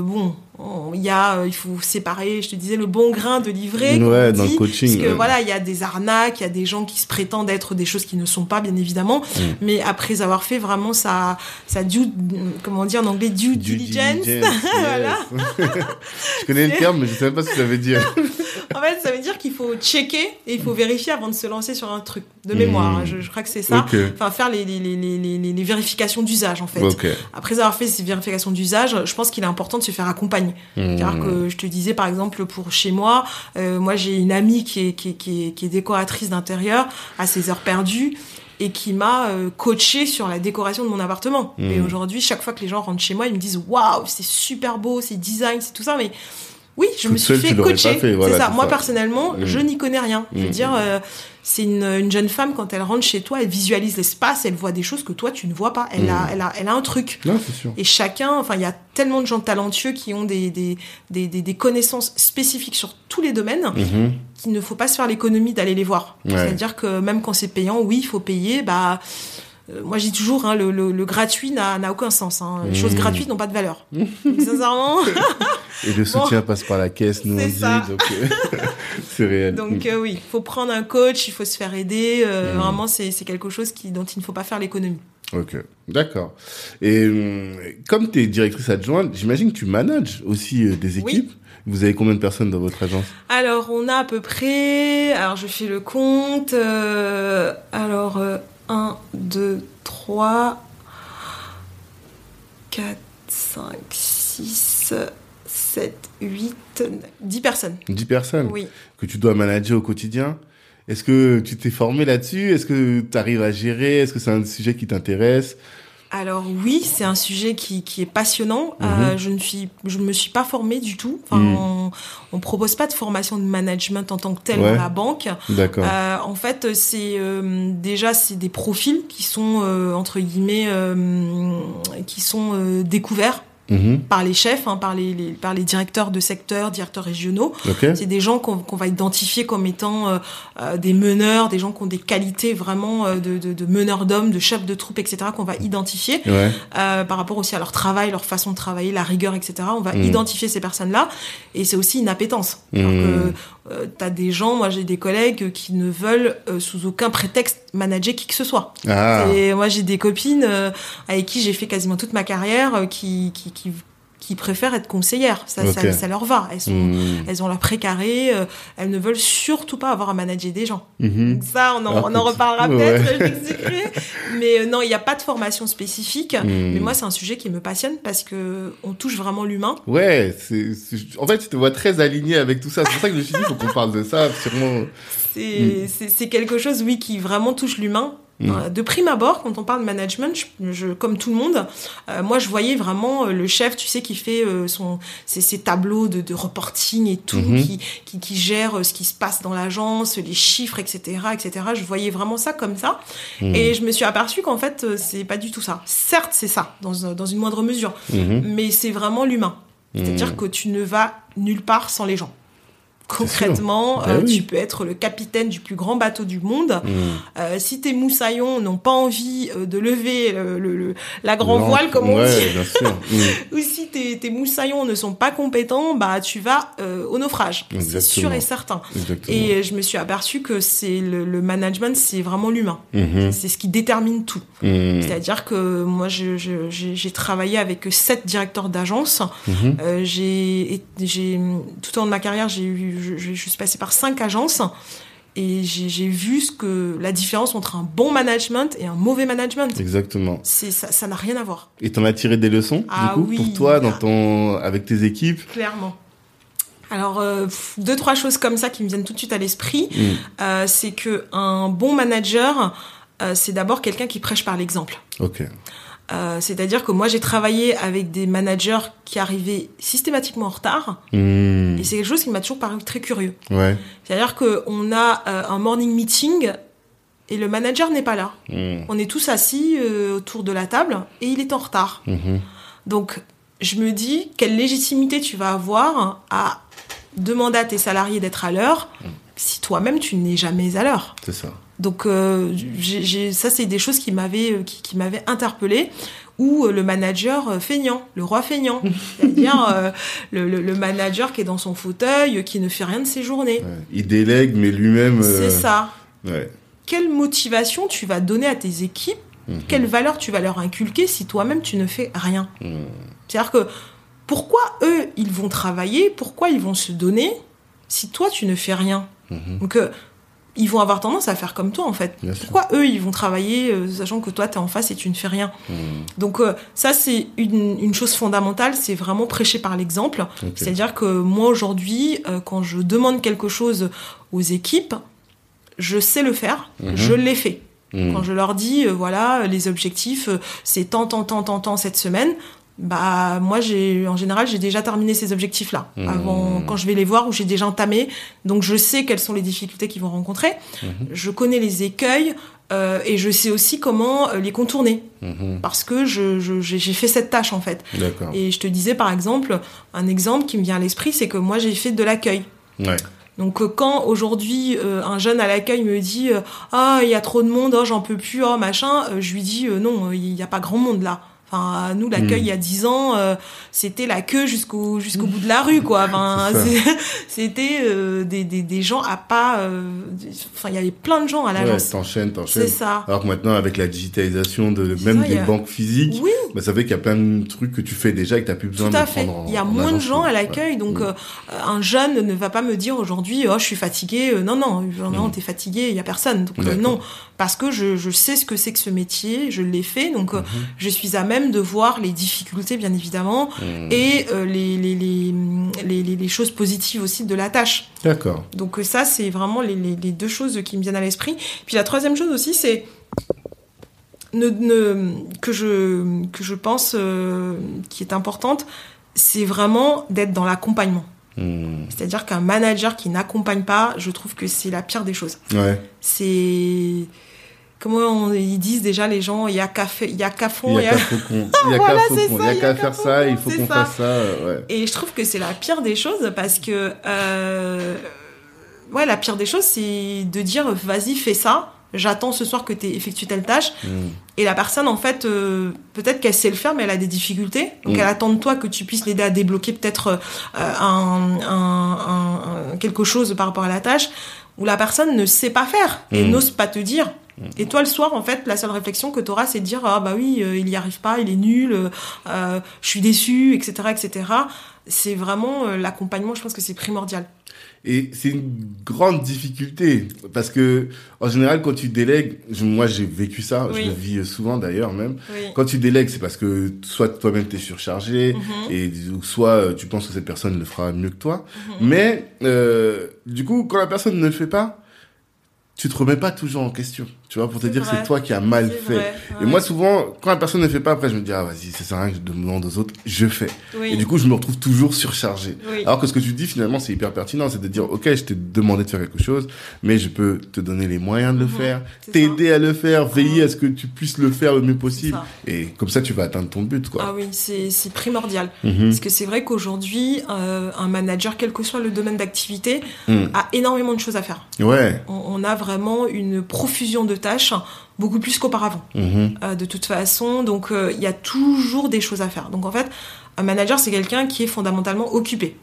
il faut séparer, je te disais, le bon grain de l'ivraie. Dans le coaching. Parce que il y a des arnaques, il y a des gens qui se prétendent être des choses qui ne sont pas, bien évidemment. Mais après avoir fait vraiment sa comment dire en anglais, due diligence. Yes. Voilà. Je connais le terme, mais je ne savais pas ce que ça veut dire. En fait, ça veut dire qu'il faut checker et il faut vérifier avant de se lancer sur un truc. De mémoire, hein, je crois que c'est ça. Okay. Enfin, faire les vérifications d'usage, en fait. Okay. Après avoir fait ces vérifications d'usage, je pense qu'il est important de se faire accompagner. Car que je te disais, par exemple, pour chez moi, moi, j'ai une amie qui est décoratrice d'intérieur à ses heures perdues et qui m'a coachée sur la décoration de mon appartement. Et aujourd'hui, chaque fois que les gens rentrent chez moi, ils me disent « Waouh, c'est super beau, c'est design, c'est tout ça », mais... Oui, je me suis fait coacher. Voilà, c'est ça. Moi, personnellement, je n'y connais rien. Je veux dire, c'est une jeune femme, quand elle rentre chez toi, elle visualise l'espace, elle voit des choses que toi, tu ne vois pas. Elle a un truc. Non, c'est sûr. Et chacun, enfin, il y a tellement de gens talentueux qui ont des connaissances spécifiques sur tous les domaines qu'il ne faut pas se faire l'économie d'aller les voir. Ouais. C'est-à-dire que même quand c'est payant, oui, il faut payer, moi, je dis toujours, hein, le gratuit n'a aucun sens. Hein. Les choses gratuites n'ont pas de valeur. Donc, sincèrement. Et le soutien passe par la caisse, nous on dit. Donc, c'est réel. Donc, oui, il faut prendre un coach, il faut se faire aider. Vraiment, c'est quelque chose dont il ne faut pas faire l'économie. Ok, d'accord. Et comme tu es directrice adjointe, j'imagine que tu manages aussi des équipes. Oui. Vous avez combien de personnes dans votre agence ? Alors, on a à peu près... Alors, je fais le compte. 1, 2, 3, 4, 5, 6, 7, 8, 10 personnes. 10 personnes ? Oui. Que tu dois manager au quotidien ? Est-ce que tu t'es formé là-dessus ? Est-ce que tu arrives à gérer ? Est-ce que c'est un sujet qui t'intéresse ? Alors oui, c'est un sujet qui est passionnant. Je ne me suis pas formée du tout. Enfin, on propose pas de formation de management en tant que tel dans la banque. D'accord. En fait, c'est des profils qui sont entre guillemets qui sont découverts. Par les chefs, hein, par les directeurs de secteur, directeurs régionaux. Okay. C'est des gens qu'on va identifier comme étant des meneurs, des gens qui ont des qualités vraiment de meneurs d'hommes, de chefs de troupe, etc., qu'on va identifier par rapport aussi à leur travail, leur façon de travailler, la rigueur, etc. On va identifier ces personnes-là. Et c'est aussi une appétence. T'as des gens, moi j'ai des collègues qui ne veulent sous aucun prétexte manager qui que ce soit. Et moi j'ai des copines avec qui j'ai fait quasiment toute ma carrière qui préfèrent être conseillères. Ça leur va. Elles ont leur précaré. Elles ne veulent surtout pas avoir à manager des gens. Donc ça, on en reparlera peut-être, je t'expliquerai. Mais non, il n'y a pas de formation spécifique. Mais moi, c'est un sujet qui me passionne parce que on touche vraiment l'humain. Ouais, en fait, je te vois très aligné avec tout ça. C'est pour ça que je me suis dit, il faut qu'on parle de ça, sûrement. C'est quelque chose, oui, qui vraiment touche l'humain. De prime abord, quand on parle de management, comme tout le monde, moi je voyais vraiment le chef, tu sais, qui fait ses tableaux de reporting et tout, qui gère ce qui se passe dans l'agence, les chiffres, etc., etc. Je voyais vraiment ça comme ça, et je me suis aperçue qu'en fait c'est pas du tout ça. Certes, c'est ça dans une moindre mesure, mais c'est vraiment l'humain. C'est-à-dire que tu ne vas nulle part sans les gens. Concrètement, tu peux être le capitaine du plus grand bateau du monde. Si tes moussaillons n'ont pas envie de lever la grand voile, comme on dit, bien sûr. ou si tes moussaillons ne sont pas compétents, tu vas au naufrage. Exactement. C'est sûr et certain. Exactement. Et je me suis aperçue que c'est le management, c'est vraiment l'humain. C'est ce qui détermine tout. C'est-à-dire que moi, j'ai travaillé avec 7 directeurs d'agence. Tout au long de ma carrière, je suis passée par 5 agences et j'ai vu la différence entre un bon management et un mauvais management. Exactement. Ça n'a rien à voir. Et t'en as tiré des leçons, pour toi, avec tes équipes? Clairement. Alors, 2-3 choses comme ça qui me viennent tout de suite à l'esprit. C'est que un bon manager, c'est d'abord quelqu'un qui prêche par l'exemple. Ok. C'est-à-dire que moi, j'ai travaillé avec des managers qui arrivaient systématiquement en retard. Et c'est quelque chose qui m'a toujours paru très curieux. Ouais. C'est-à-dire qu'on a un morning meeting et le manager n'est pas là. On est tous assis autour de la table et il est en retard. Donc, je me dis, quelle légitimité tu vas avoir à demander à tes salariés d'être à l'heure si toi-même, tu n'es jamais à l'heure. C'est ça. Donc ça c'est des choses qui m'avaient interpellée, ou le manager feignant, le roi feignant, c'est-à-dire le manager qui est dans son fauteuil, qui ne fait rien de ses journées. Ouais. Il délègue, mais lui-même. C'est ça. Ouais. Quelle motivation tu vas donner à tes équipes? Quelle valeur tu vas leur inculquer si toi-même tu ne fais rien? C'est-à-dire que pourquoi eux ils vont travailler, pourquoi ils vont se donner si toi, tu ne fais rien, donc ils vont avoir tendance à faire comme toi, en fait. Pourquoi eux, ils vont travailler sachant que toi, t'es en face et tu ne fais rien? Donc ça, c'est une chose fondamentale, c'est vraiment prêcher par l'exemple. C'est-à-dire que moi, aujourd'hui, quand je demande quelque chose aux équipes, je sais le faire, je l'ai fait. Quand je leur dis, voilà, les objectifs, c'est tant cette semaine, bah moi en général j'ai déjà terminé ces objectifs là avant, quand je vais les voir, ou j'ai déjà entamé, donc je sais quelles sont les difficultés qu'ils vont rencontrer, je connais les écueils et je sais aussi comment les contourner parce que j'ai fait cette tâche en fait. D'accord. Et je te disais par exemple, un exemple qui me vient à l'esprit, c'est que moi j'ai fait de l'accueil. Donc quand aujourd'hui un jeune à l'accueil me dit il y a trop de monde, j'en peux plus, machin, je lui dis non, il y a pas grand monde là. Enfin, nous, l'accueil, il y a 10 ans, c'était la queue jusqu'au bout de la rue, quoi. Enfin, c'était des gens à pas... Enfin, il y avait plein de gens à l'agence. T'enchaînes. C'est ça. Alors que maintenant, avec la digitalisation des banques physiques, ça fait qu'il y a plein de trucs que tu fais déjà et que t'as plus besoin de prendre en... Il y a moins de gens à l'accueil, donc un jeune ne va pas me dire aujourd'hui, je suis fatigué. Non, t'es fatigué, il y a personne. Donc non, parce que je sais ce que c'est que ce métier, je l'ai fait, donc je suis à même de voir les difficultés, bien évidemment, et les choses positives aussi de la tâche. D'accord. Donc ça, c'est vraiment les deux choses qui me viennent à l'esprit. Puis la troisième chose aussi, c'est que je pense qui est importante, c'est vraiment d'être dans l'accompagnement. C'est-à-dire qu'un manager qui n'accompagne pas, je trouve que c'est la pire des choses. C'est... Comment ils disent déjà les gens, il y a qu'à faucon, il y a qu'à faucon, il y a qu'à faire ça, il faut qu'on fasse ça. Et je trouve que c'est la pire des choses parce que la pire des choses, c'est de dire vas-y, fais ça, j'attends ce soir que tu aies effectué telle tâche. Et la personne, en fait, peut-être qu'elle sait le faire, mais elle a des difficultés. Donc elle attend de toi que tu puisses l'aider à débloquer peut-être quelque chose par rapport à la tâche, où la personne ne sait pas faire et n'ose pas te dire. Et toi, le soir, en fait, la seule réflexion que tu auras, c'est de dire il y arrive pas, il est nul, je suis déçu, etc., etc. C'est vraiment l'accompagnement, je pense que c'est primordial. Et c'est une grande difficulté parce que en général quand tu délègues, moi j'ai vécu ça, je le vis souvent d'ailleurs même. Quand tu délègues, c'est parce que soit toi-même t'es surchargé et soit tu penses que cette personne le fera mieux que toi. Mais du coup, quand la personne ne le fait pas, tu te remets pas toujours en question, tu vois, pour te dire que c'est toi qui as mal fait. Et moi, souvent, quand la personne ne fait pas, après, je me dis, vas-y, ça sert à rien que je demande aux autres, je fais. Et du coup, je me retrouve toujours surchargé. Alors que ce que tu dis, finalement, c'est hyper pertinent, c'est de dire, ok, je t'ai demandé de faire quelque chose, mais je peux te donner les moyens de le faire, t'aider à le faire, veiller à ce que tu puisses le faire le mieux possible. Et comme ça, tu vas atteindre ton but, quoi. Ah oui, c'est primordial. Parce que c'est vrai qu'aujourd'hui, un manager, quel que soit le domaine d'activité, a énormément de choses à faire. On a vraiment une profusion de tâches, beaucoup plus qu'auparavant. De toute façon, donc il y a toujours des choses à faire. Donc en fait, un manager, c'est quelqu'un qui est fondamentalement occupé.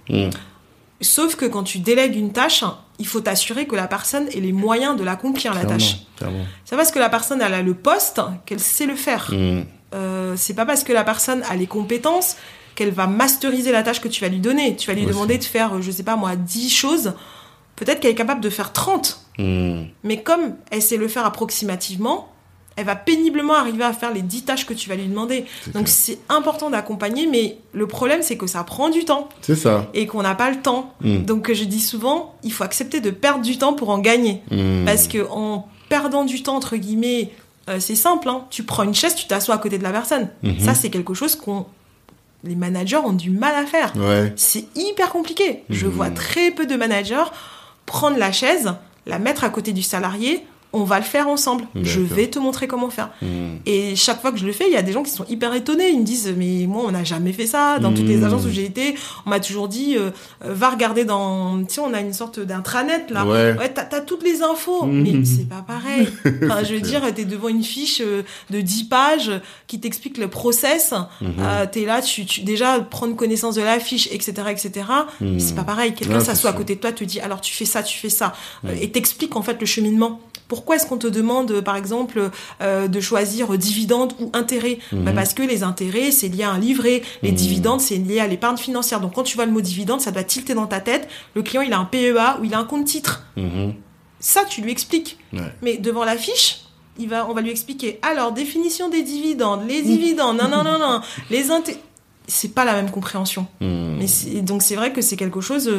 Sauf que quand tu délègues une tâche, il faut t'assurer que la personne ait les moyens de l'accomplir, la tâche. C'est parce que la personne elle a le poste qu'elle sait le faire. C'est pas parce que la personne a les compétences qu'elle va masteriser la tâche que tu vas lui donner. Tu vas lui demander de faire, je sais pas moi, 10 choses. Peut-être qu'elle est capable de faire 30. Mais comme elle sait le faire approximativement, elle va péniblement arriver à faire les 10 tâches que tu vas lui demander. Donc c'est important d'accompagner, mais le problème c'est que ça prend du temps. C'est ça. Et qu'on n'a pas le temps. Donc je dis souvent, il faut accepter de perdre du temps pour en gagner. Parce que en perdant du temps, entre guillemets, c'est simple, tu prends une chaise, tu t'assois à côté de la personne. Ça c'est quelque chose les managers ont du mal à faire. C'est hyper compliqué. Je vois très peu de managers prendre la chaise, la mettre à côté du salarié, on va le faire ensemble. Je vais te montrer comment faire. Et chaque fois que je le fais, il y a des gens qui sont hyper étonnés. Ils me disent, mais moi, on n'a jamais fait ça. Dans toutes les agences où j'ai été, on m'a toujours dit, va regarder tu sais, on a une sorte d'intranet, là. T'as toutes les infos. Mais c'est pas pareil. Enfin, je veux dire, t'es devant une fiche de 10 pages qui t'explique le process. T'es là, tu déjà prendre connaissance de la fiche, etc., etc. C'est pas pareil. Quelqu'un s'assoit à côté de toi, te dit, alors tu fais ça, et t'explique, en fait, le cheminement. Pourquoi est-ce qu'on te demande, par exemple, de choisir dividendes ou intérêts? Parce que les intérêts, c'est lié à un livret. Les dividendes, c'est lié à l'épargne financière. Donc, quand tu vois le mot dividende, ça doit tilter dans ta tête. Le client, il a un PEA ou il a un compte titre. Ça, tu lui expliques. Ouais. Mais devant la fiche, on va lui expliquer. Alors, définition des dividendes, les dividendes, non, les intérêts. C'est pas la même compréhension. Mais donc, c'est vrai que c'est quelque chose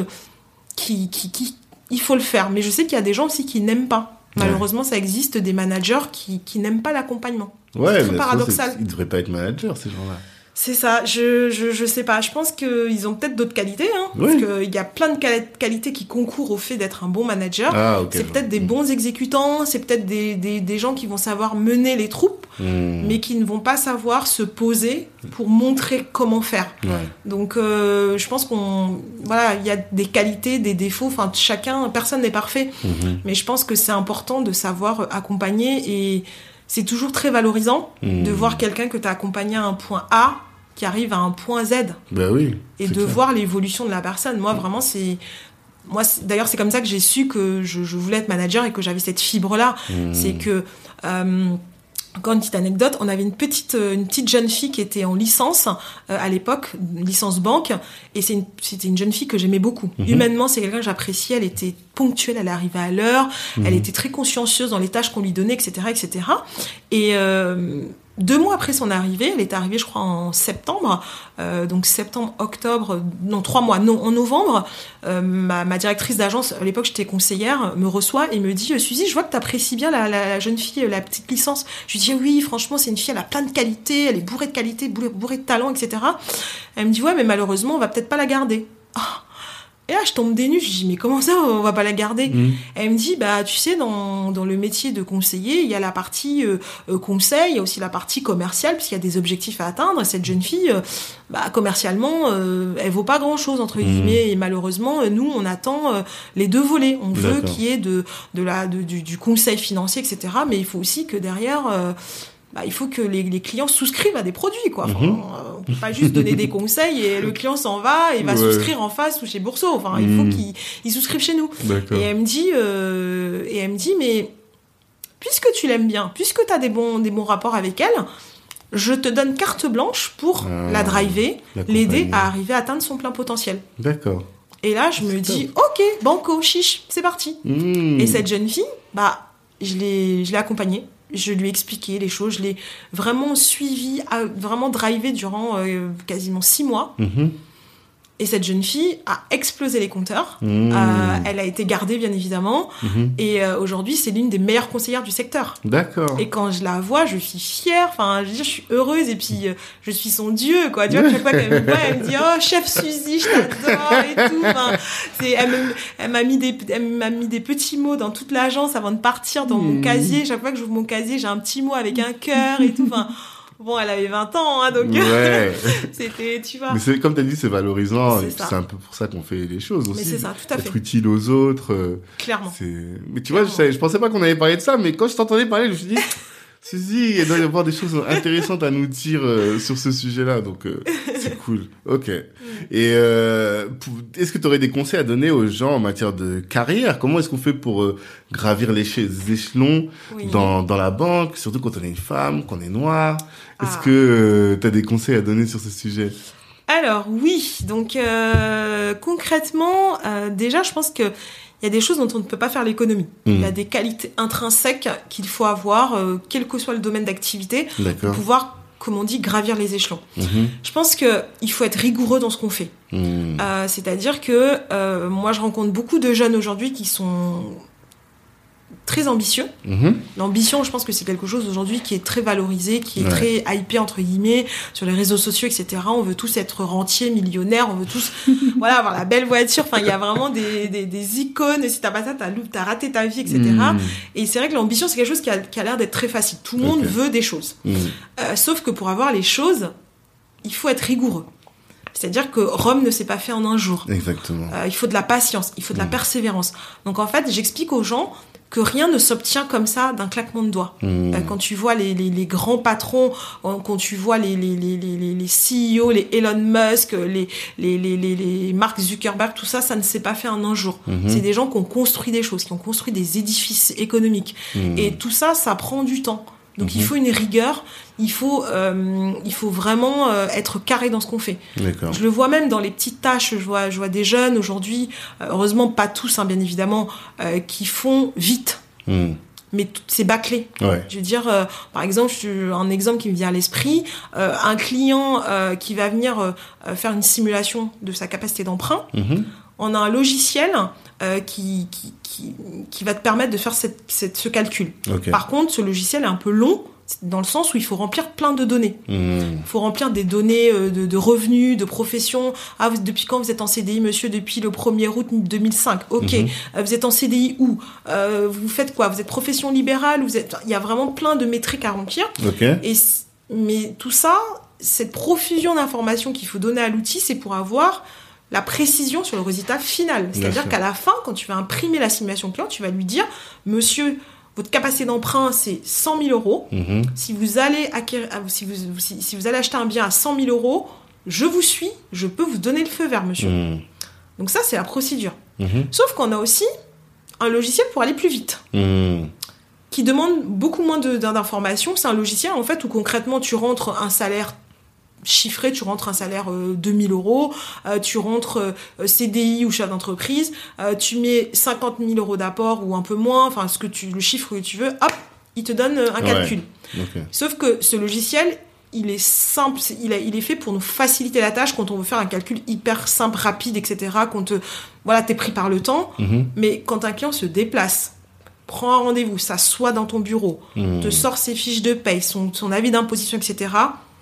il faut le faire. Mais je sais qu'il y a des gens aussi qui n'aiment pas. Malheureusement, ça existe des managers qui n'aiment pas l'accompagnement. Ouais, c'est très paradoxal. Ils ne devraient pas être managers, ces gens-là. C'est ça, je sais pas. Je pense qu'ils ont peut-être d'autres qualités, parce qu'il y a plein de qualités qui concourent au fait d'être un bon manager. C'est peut-être des bons exécutants, c'est peut-être des gens qui vont savoir mener les troupes, mais qui ne vont pas savoir se poser pour montrer comment faire. Donc, je pense il y a des qualités, des défauts. Enfin, personne n'est parfait, mais je pense que c'est important de savoir accompagner et c'est toujours très valorisant de voir quelqu'un que tu as accompagné à un point A qui arrive à un point Z. Ben oui. Et de voir l'évolution de la personne. Moi, vraiment, d'ailleurs, c'est comme ça que j'ai su que je voulais être manager et que j'avais cette fibre-là. C'est que, encore une petite anecdote, on avait une petite jeune fille qui était en licence à l'époque, licence banque, et c'était une jeune fille que j'aimais beaucoup. Humainement, c'est quelqu'un que j'appréciais, elle était ponctuelle, elle arrivait à l'heure, elle était très consciencieuse dans les tâches qu'on lui donnait, etc., etc. Et 2 mois après son arrivée, elle est arrivée, je crois, en septembre, donc septembre, octobre, non, 3 mois, non, en novembre, ma directrice d'agence, à l'époque j'étais conseillère, me reçoit et me dit « Suzy, je vois que tu apprécies bien la jeune fille, la petite licence. » Je lui dis « Oui, franchement, c'est une fille, elle a plein de qualités, elle est bourrée de qualités, bourrée de talent, etc. » Elle me dit « Ouais, mais malheureusement, on va peut-être pas la garder. » Et là, je tombe des nues, je dis, mais comment ça, on va pas la garder? Elle me dit, tu sais, dans le métier de conseiller, il y a la partie conseil, il y a aussi la partie commerciale, puisqu'il y a des objectifs à atteindre. Cette jeune fille, commercialement, elle vaut pas grand-chose, entre guillemets, et malheureusement, nous, on attend les 2 volets. On veut qu'il y ait du conseil financier, etc., mais il faut aussi que derrière... il faut que les clients souscrivent à des produits, quoi. Enfin, on peut pas juste donner des conseils et le client s'en va et va souscrire en face ou chez Bourseau. Enfin, il faut qu'il souscrive chez nous. D'accord. Et elle me dit, mais puisque tu l'aimes bien, puisque tu as des bons rapports avec elle, je te donne carte blanche pour la driver, l'aider à arriver à atteindre son plein potentiel. D'accord. Et là, je me dis, ok, banco, chiche, c'est parti. Et cette jeune fille, je l'ai accompagnée. Je lui ai expliqué les choses, je l'ai vraiment suivie, vraiment drivée durant quasiment 6 mois. Et cette jeune fille a explosé les compteurs. Elle a été gardée, bien évidemment. Et aujourd'hui, c'est l'une des meilleures conseillères du secteur. D'accord. Et quand je la vois, je suis fière. Enfin, je veux dire, je suis heureuse. Et puis, je suis son dieu, quoi. Tu vois, chaque fois qu'elle me voit, elle me dit « Oh, chef Suzy, je t'adore » et tout. Enfin, elle m'a mis des petits mots dans toute l'agence avant de partir dans mon casier. Chaque fois que j'ouvre mon casier, j'ai un petit mot avec un cœur et tout. Enfin... Bon, elle avait 20 ans, donc c'était, tu vois. Mais c'est, comme tu as dit, c'est valorisant. C'est un peu pour ça qu'on fait les choses aussi. Mais c'est ça, tout à fait. Être utile aux autres. Clairement. Mais tu vois, je pensais pas qu'on avait parlé de ça, mais quand je t'entendais parler, je me suis dit, Suzy, il doit y avoir des choses intéressantes à nous dire sur ce sujet-là, donc c'est cool. Ok. Et est-ce que tu aurais des conseils à donner aux gens en matière de carrière? Comment est-ce qu'on fait pour gravir les échelons dans la banque, surtout quand on est une femme, qu'on est noire? Est-ce que tu as des conseils à donner sur ce sujet? Alors oui, donc concrètement, déjà je pense que il y a des choses dont on ne peut pas faire l'économie. Il y a des qualités intrinsèques qu'il faut avoir, quel que soit le domaine d'activité, pour pouvoir, comme on dit, gravir les échelons. Je pense qu'il faut être rigoureux dans ce qu'on fait. C'est-à-dire que moi, je rencontre beaucoup de jeunes aujourd'hui qui sont très ambitieux. L'ambition, je pense que c'est quelque chose aujourd'hui qui est très valorisé, qui est très hypé, entre guillemets, sur les réseaux sociaux, etc. On veut tous être rentiers, millionnaires, on veut tous avoir la belle voiture. Enfin, il y a vraiment des icônes. Si t'as pas ça, t'as raté ta vie, etc. Et c'est vrai que l'ambition, c'est quelque chose qui a l'air d'être très facile. Tout le monde veut des choses. Sauf que pour avoir les choses, il faut être rigoureux. C'est-à-dire que Rome ne s'est pas fait en un jour. Exactement. Il faut de la patience, il faut de la persévérance. Donc en fait, j'explique aux gens que rien ne s'obtient comme ça d'un claquement de doigts. Quand tu vois les grands patrons, quand tu vois les CEO, les Elon Musk, les Mark Zuckerberg, tout ça, ça ne s'est pas fait en un jour. C'est des gens qui ont construit des choses, qui ont construit des édifices économiques. Et tout ça, ça prend du temps. Donc il faut une rigueur, il faut vraiment être carré dans ce qu'on fait. D'accord. Je le vois même dans les petites tâches, je vois des jeunes aujourd'hui, heureusement pas tous, bien évidemment, qui font vite. Mais c'est bâclé. Ouais. Je veux dire, par exemple, un exemple qui me vient à l'esprit, un client qui va venir faire une simulation de sa capacité d'emprunt, on a un logiciel qui va te permettre de faire ce calcul. Okay. Par contre, ce logiciel est un peu long, dans le sens où il faut remplir plein de données. Il faut remplir des données de revenus, de profession. Ah, depuis quand vous êtes en CDI, monsieur? Depuis le 1er août 2005. Ok. Vous êtes en CDI où? Vous faites quoi? Vous êtes profession libérale? Il y a vraiment plein de métriques à remplir. Okay. Mais tout ça, cette profusion d'informations qu'il faut donner à l'outil, c'est pour avoir la précision sur le résultat final. C'est-à-dire qu'à la fin, quand tu vas imprimer la simulation client, tu vas lui dire, monsieur, votre capacité d'emprunt, c'est 100 000 euros. Si vous allez si vous allez acheter un bien à 100 000 euros, je vous suis, je peux vous donner le feu vert, monsieur. Donc ça, c'est la procédure. Sauf qu'on a aussi un logiciel pour aller plus vite. Qui demande beaucoup moins d'informations. C'est un logiciel, en fait, où concrètement, tu rentres un salaire chiffré, tu rentres un salaire 2000 euros, tu rentres CDI ou chef d'entreprise, tu mets 50 000 euros d'apport ou un peu moins, enfin le chiffre que tu veux, hop, il te donne un calcul. Okay. Sauf que ce logiciel, il est simple, il est fait pour nous faciliter la tâche quand on veut faire un calcul hyper simple, rapide, etc. T'es pris par le temps, mais quand un client se déplace, prend un rendez-vous, s'assoit dans ton bureau, te sort ses fiches de paye, son avis d'imposition, etc.,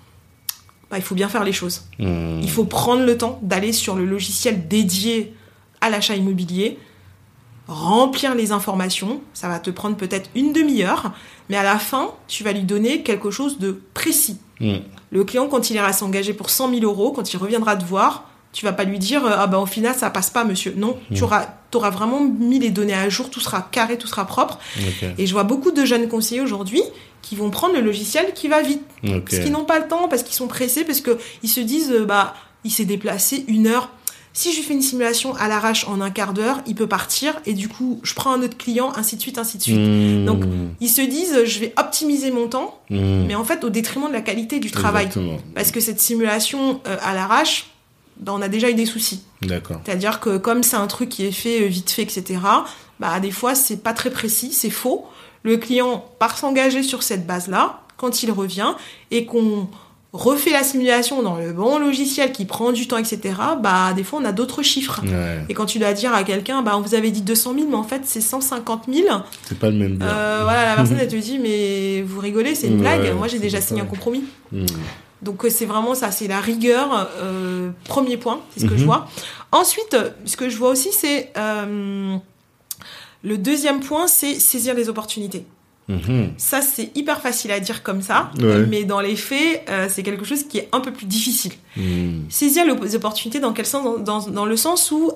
il faut bien faire les choses. Il faut prendre le temps d'aller sur le logiciel dédié à l'achat immobilier, remplir les informations. Ça va te prendre peut-être une demi-heure, mais à la fin, tu vas lui donner quelque chose de précis. Le client, quand il ira s'engager pour 100 000 euros, quand il reviendra te voir, tu vas pas lui dire au final ça passe pas, monsieur. Non, tu auras vraiment mis les données à jour, tout sera carré, tout sera propre. Okay. Et je vois beaucoup de jeunes conseillers aujourd'hui qui vont prendre le logiciel qui va vite. Okay. Parce qu'ils n'ont pas le temps, parce qu'ils sont pressés, parce qu'ils se disent il s'est déplacé 1 heure. Si je lui fais une simulation à l'arrache en un quart d'heure, il peut partir et du coup, je prends un autre client, ainsi de suite, ainsi de suite. Donc, ils se disent, je vais optimiser mon temps, mais en fait, au détriment de la qualité du travail. Exactement. Parce que cette simulation à l'arrache, on a déjà eu des soucis. D'accord. C'est-à-dire que comme c'est un truc qui est fait vite fait, etc., des fois, c'est pas très précis, c'est faux. Le client part s'engager sur cette base-là, quand il revient, et qu'on refait la simulation dans le bon logiciel qui prend du temps, etc., des fois, on a d'autres chiffres. Ouais. Et quand tu dois dire à quelqu'un, on vous avait dit 200 000, mais en fait, c'est 150 000. C'est pas le même bien. La personne, elle te dit, mais vous rigolez, c'est une blague. Moi, j'ai déjà signé un compromis. Donc, c'est vraiment ça, c'est la rigueur. Premier point, c'est ce que je vois. Ensuite, ce que je vois aussi, c'est... le deuxième point, c'est saisir les opportunités. Ça, c'est hyper facile à dire comme ça, mais dans les faits, c'est quelque chose qui est un peu plus difficile. Saisir les opportunités, dans quel sens? Dans le sens où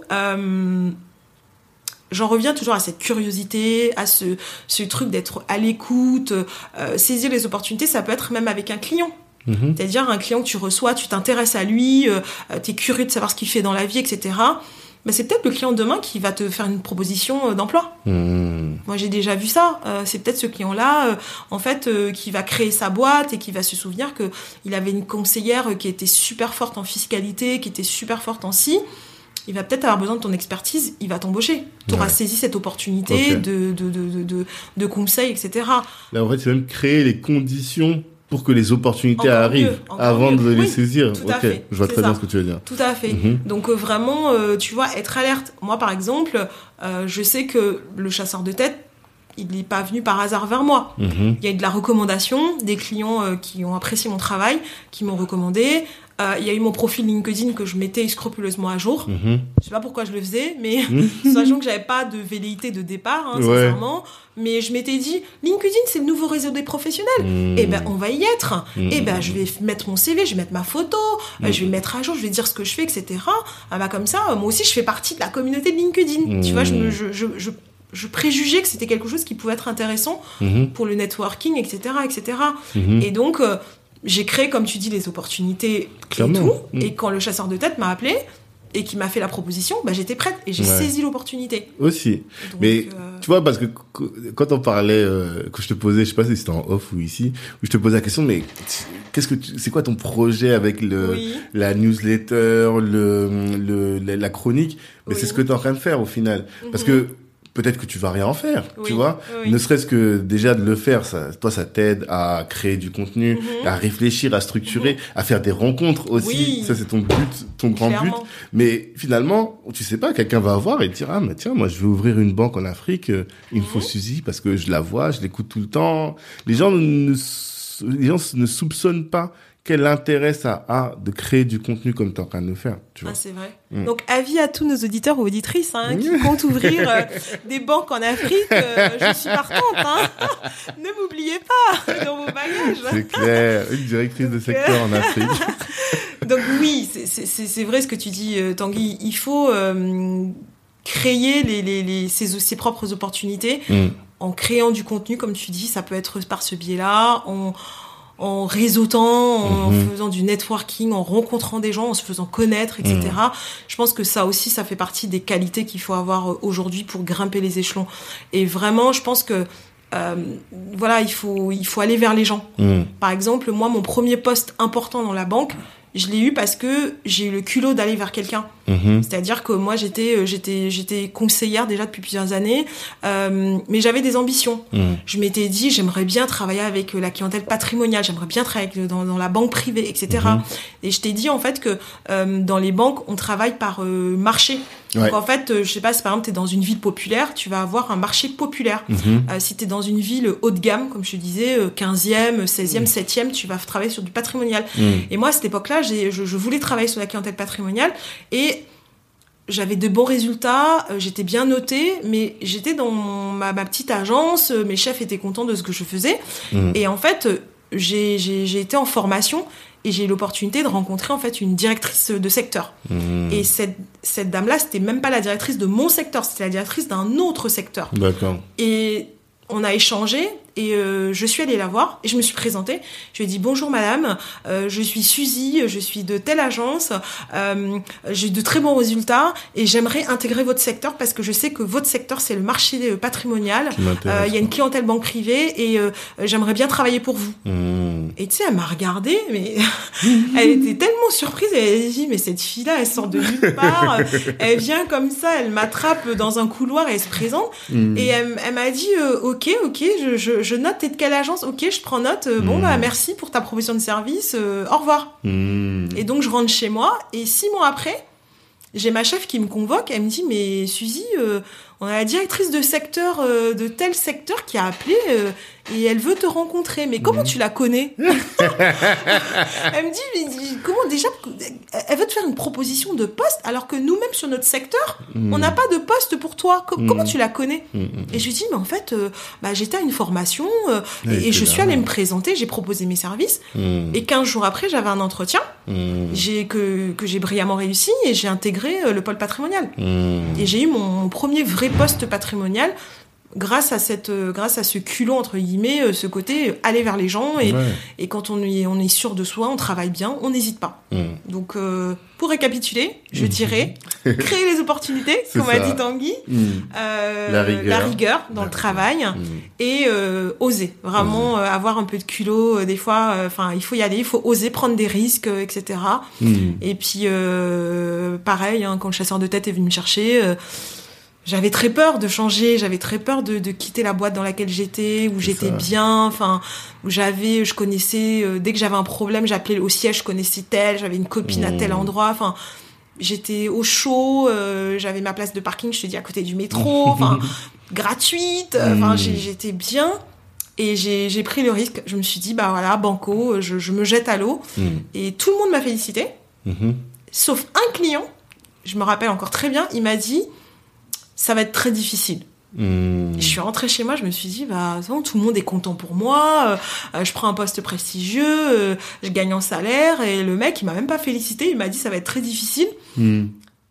j'en reviens toujours à cette curiosité, à ce truc d'être à l'écoute. Saisir les opportunités, ça peut être même avec un client. C'est-à-dire un client que tu reçois, tu t'intéresses à lui, t'es curieux de savoir ce qu'il fait dans la vie, etc., c'est peut-être le client demain qui va te faire une proposition d'emploi. Moi, j'ai déjà vu ça. C'est peut-être ce client-là, qui va créer sa boîte et qui va se souvenir qu'il avait une conseillère qui était super forte en fiscalité, qui était super forte en ci. Il va peut-être avoir besoin de ton expertise, il va t'embaucher. Tu auras saisi cette opportunité de conseil, etc. Là, en fait, c'est même créer les conditions pour que les opportunités arrivent avant de les saisir. Tout à fait. Je vois très bien ce que tu veux dire. Tout à fait. Donc vraiment, tu vois, être alerte. Moi, par exemple, je sais que le chasseur de tête, il n'est pas venu par hasard vers moi. Il y a eu de la recommandation, des clients qui ont apprécié mon travail, qui m'ont recommandé. Il y a eu mon profil LinkedIn que je mettais scrupuleusement à jour. Je sais pas pourquoi je le faisais, mais sachant que j'avais pas de velléité de départ, sincèrement. Mais je m'étais dit, LinkedIn, c'est le nouveau réseau des professionnels. On va y être. Je vais mettre mon CV, je vais mettre ma photo, je vais mettre à jour, je vais dire ce que je fais, etc. Comme ça, moi aussi, je fais partie de la communauté de LinkedIn. Tu vois, je préjugeais que c'était quelque chose qui pouvait être intéressant pour le networking, etc., etc. Et donc, j'ai créé, comme tu dis, les opportunités et tout. Et quand le chasseur de tête m'a appelé et qui m'a fait la proposition, j'étais prête et j'ai saisi l'opportunité. Aussi. Donc, mais tu vois, parce que quand on parlait, quand je te posais, je sais pas si c'était en off ou ici, où je te posais la question, mais c'est quoi ton projet avec la newsletter, la chronique? Mais c'est ce que tu es en train de faire au final. Parce que peut-être que tu vas rien en faire, tu vois. Ne serait-ce que déjà de le faire, ça t'aide à créer du contenu, à réfléchir, à structurer, à faire des rencontres aussi. Oui. Ça, c'est ton but, ton grand but. Mais finalement, tu sais pas, quelqu'un va voir et te dire, ah, mais tiens, moi, je vais ouvrir une banque en Afrique, il me faut Suzy parce que je la vois, je l'écoute tout le temps. Les gens ne soupçonnent pas quel intérêt ça a de créer du contenu comme tu es en train de le faire, tu vois. Ah, c'est vrai. Donc, avis à tous nos auditeurs ou auditrices qui comptent ouvrir des banques en Afrique, je suis partante. Ne m'oubliez pas dans vos bagages. C'est clair, une directrice de secteur en Afrique. Donc oui, c'est vrai ce que tu dis, Tanguy. Il faut créer ses propres opportunités en créant du contenu, comme tu dis. Ça peut être par ce biais-là, en réseautant, en faisant du networking, en rencontrant des gens, en se faisant connaître, etc. Je pense que ça aussi, ça fait partie des qualités qu'il faut avoir aujourd'hui pour grimper les échelons. Et vraiment, je pense que il faut aller vers les gens. Par exemple, moi, mon premier poste important dans la banque, je l'ai eu parce que j'ai eu le culot d'aller vers quelqu'un. C'est-à-dire que moi, j'étais conseillère déjà depuis plusieurs années, mais j'avais des ambitions. Je m'étais dit, j'aimerais bien travailler avec la clientèle patrimoniale, j'aimerais bien travailler dans la banque privée, etc. Et je t'ai dit, en fait, que dans les banques, on travaille par marché. Donc, en fait, je sais pas, si par exemple, t'es dans une ville populaire, tu vas avoir un marché populaire. Si t'es dans une ville haut de gamme, comme je te disais, 15e, 16e, 7e, tu vas travailler sur du patrimonial. Et moi, à cette époque-là, je voulais travailler sur la clientèle patrimoniale et j'avais de bons résultats, j'étais bien notée, mais j'étais dans ma petite agence, mes chefs étaient contents de ce que je faisais. Et en fait, j'ai été en formation et j'ai eu l'opportunité de rencontrer en fait une directrice de secteur. Et cette dame-là, c'était même pas la directrice de mon secteur, c'était la directrice d'un autre secteur. D'accord. Et on a échangé et je suis allée la voir et je me suis présentée. Je lui ai dit bonjour madame, je suis Suzy, je suis de telle agence, j'ai de très bons résultats et j'aimerais intégrer votre secteur parce que je sais que votre secteur c'est le marché patrimonial. Il y a une clientèle banque privée et j'aimerais bien travailler pour vous. Et tu sais, elle m'a regardée, mais elle était tellement surprise. Elle a dit mais cette fille-là, elle sort de nulle part, elle vient comme ça, elle m'attrape dans un couloir et elle se présente. Et elle m'a dit ok, je note, t'es de quelle agence? Ok, je prends note. Merci pour ta proposition de service. Au revoir. Et donc, je rentre chez moi. Et 6 mois après, j'ai ma chef qui me convoque. Elle me dit, mais Suzy, on a la directrice de secteur, de tel secteur qui a appelé et elle veut te rencontrer. Mais comment tu la connais? Elle me dit, mais comment déjà, elle veut te faire une proposition de poste alors que nous-mêmes sur notre secteur, on n'a pas de poste pour toi. Comment tu la connais? Et je lui dis, mais en fait, j'étais à une formation et je suis allée me présenter, j'ai proposé mes services. Et 15 jours après, j'avais un entretien que j'ai brillamment réussi et j'ai intégré le pôle patrimonial. Et j'ai eu mon premier vrai poste patrimonial grâce à ce culot entre guillemets, ce côté aller vers les gens et quand on est sûr de soi, on travaille bien, on n'hésite pas. Donc pour récapituler, je dirais créer les opportunités, comme a dit Tanguy, la rigueur dans le travail et oser vraiment avoir un peu de culot des fois. Il faut y aller, il faut oser prendre des risques, etc. Et puis pareil, quand le chasseur de tête est venu me chercher. J'avais très peur de changer, j'avais très peur de quitter la boîte dans laquelle j'étais, où j'étais bien, où je connaissais, dès que j'avais un problème, j'appelais au siège, je connaissais tel, j'avais une copine à tel endroit, j'étais au chaud, j'avais ma place de parking, je te dis, à côté du métro, gratuite, j'étais bien. Et j'ai pris le risque, je me suis dit, banco, je me jette à l'eau. Et tout le monde m'a félicité, sauf un client, je me rappelle encore très bien, il m'a dit, ça va être très difficile. Je suis rentrée chez moi, je me suis dit, tout le monde est content pour moi, je prends un poste prestigieux, je gagne en salaire, et le mec, il m'a même pas félicité, il m'a dit, ça va être très difficile.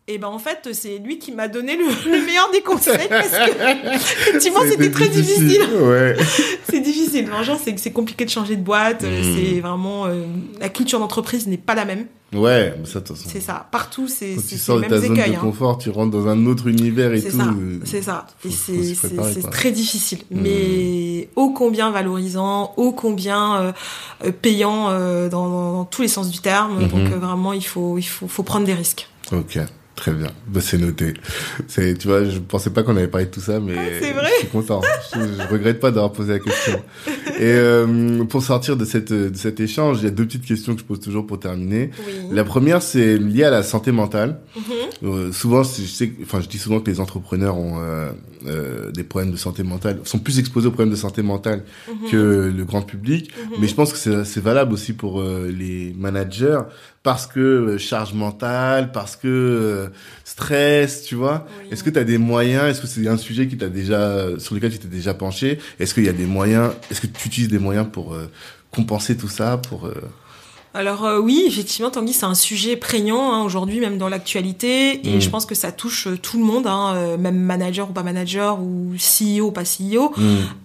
Et ben en fait, c'est lui qui m'a donné le meilleur des conseils parce que effectivement, c'était très difficile. Ouais. C'est difficile. Franchement, c'est compliqué de changer de boîte. C'est vraiment la culture d'entreprise n'est pas la même. Ouais, mais ça, de toute façon. C'est ça. Partout, c'est quand tu sors de ta zone de confort, tu rentres dans un autre univers et c'est tout. C'est ça. Et c'est quoi. très difficile, mais ô combien valorisant, ô combien payant dans tous les sens du terme. Donc vraiment, il faut prendre des risques. Ok. Très bien, c'est noté. Tu vois, je pensais pas qu'on avait parlé de tout ça, mais c'est vrai. Je suis content. Je regrette pas d'avoir posé la question. Et pour sortir de cet échange, il y a 2 petites questions que je pose toujours pour terminer. Oui. La première, c'est liée à la santé mentale. Souvent, je dis souvent que les entrepreneurs ont des problèmes de santé mentale, sont plus exposés aux problèmes de santé mentale que le grand public. Mais je pense que c'est valable aussi pour les managers. Parce que charge mentale, parce que stress, tu vois. Oui. Est-ce que tu as des moyens? Est-ce que c'est un sujet sur lequel tu t'es déjà penché? Est-ce qu'il y a des moyens? Est-ce que tu utilises des moyens pour compenser tout ça, Alors oui, effectivement, Tanguy, c'est un sujet prégnant aujourd'hui, même dans l'actualité, et je pense que ça touche tout le monde, même manager ou pas manager, ou CEO ou pas CEO,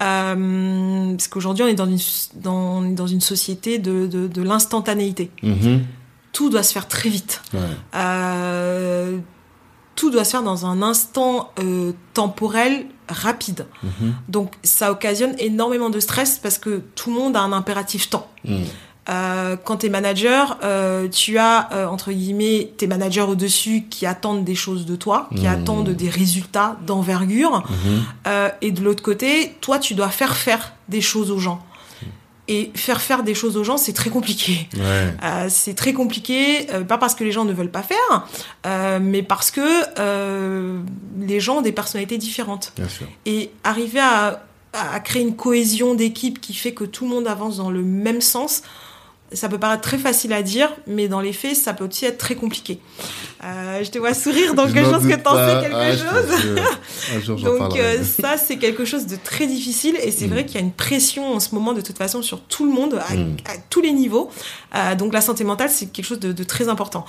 parce qu'aujourd'hui on est dans une société de l'instantanéité. Tout doit se faire très vite. Ouais. Tout doit se faire dans un instant temporel rapide. Donc, ça occasionne énormément de stress parce que tout le monde a un impératif temps. Quand t'es manager, tu as, entre guillemets, tes managers au-dessus qui attendent des choses de toi, qui attendent des résultats d'envergure. Et de l'autre côté, toi, tu dois faire des choses aux gens. Et faire des choses aux gens, c'est très compliqué. Ouais. C'est très compliqué, pas parce que les gens ne veulent pas faire, mais parce que les gens ont des personnalités différentes. Bien sûr. Et arriver à créer une cohésion d'équipe qui fait que tout le monde avance dans le même sens, ça peut paraître très facile à dire, mais dans les faits, ça peut aussi être très compliqué. Je te vois sourire, donc je pense que t'en sais quelque chose. Un jour, donc ça, c'est quelque chose de très difficile, et c'est vrai qu'il y a une pression en ce moment, de toute façon, sur tout le monde, à tous les niveaux. Donc la santé mentale, c'est quelque chose de très important.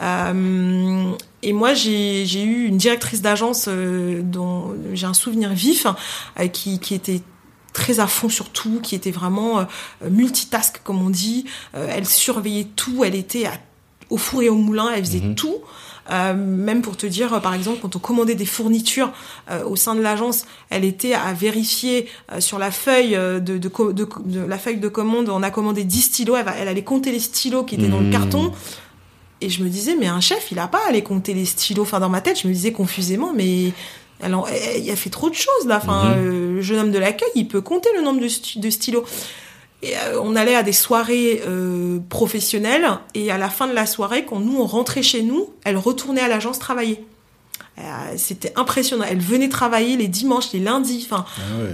Et moi, j'ai eu une directrice d'agence dont j'ai un souvenir vif, qui était très à fond sur tout, qui était vraiment multitask, comme on dit. Elle surveillait tout, elle était au four et au moulin, elle faisait tout. Même pour te dire, par exemple, quand on commandait des fournitures au sein de l'agence, elle était à vérifier sur la feuille la feuille de commande. On a commandé 10 stylos, elle allait compter les stylos qui étaient dans le carton. Et je me disais, mais un chef, il a pas à aller compter les stylos. Enfin, dans ma tête, je me disais confusément, mais il a fait trop de choses là. Enfin, le jeune homme de l'accueil, il peut compter le nombre de stylos. Et on allait à des soirées professionnelles, et à la fin de la soirée, quand nous on rentrait chez nous, elle retournait à l'agence travailler. C'était impressionnant. Elle venait travailler les dimanches, les lundis. Enfin,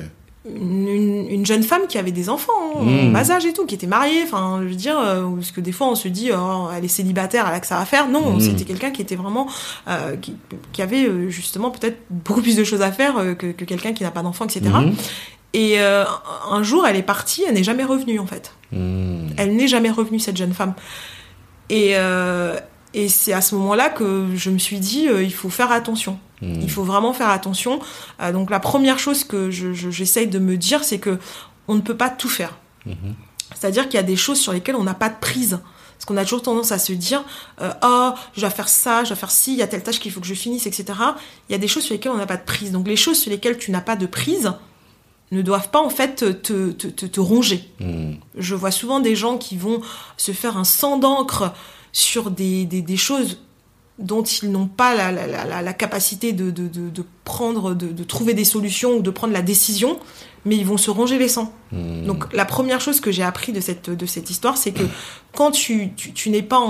une jeune femme qui avait des enfants en bas âge et tout, qui était mariée. Enfin, je veux dire, parce que des fois on se dit, elle est célibataire, elle a que ça à faire. Non, c'était quelqu'un qui était vraiment qui avait justement peut-être beaucoup plus de choses à faire que quelqu'un qui n'a pas d'enfant, etc. Et un jour, elle est partie, elle n'est jamais revenue, en fait. Elle n'est jamais revenue, cette jeune femme. Et c'est à ce moment-là que je me suis dit, il faut faire attention. Il faut vraiment faire attention. Donc, la première chose que j'essaye de me dire, c'est que on ne peut pas tout faire. C'est-à-dire qu'il y a des choses sur lesquelles on n'a pas de prise. Parce qu'on a toujours tendance à se dire, je dois faire ça, je dois faire ci, il y a telle tâche qu'il faut que je finisse, etc. Il y a des choses sur lesquelles on n'a pas de prise. Donc, les choses sur lesquelles tu n'as pas de prise ne doivent pas en fait te ronger. Je vois souvent des gens qui vont se faire un sang d'encre sur des choses dont ils n'ont pas la capacité de prendre, de trouver des solutions ou de prendre la décision, mais ils vont se ronger les sangs. Donc la première chose que j'ai appris de cette histoire, c'est que quand tu n'es pas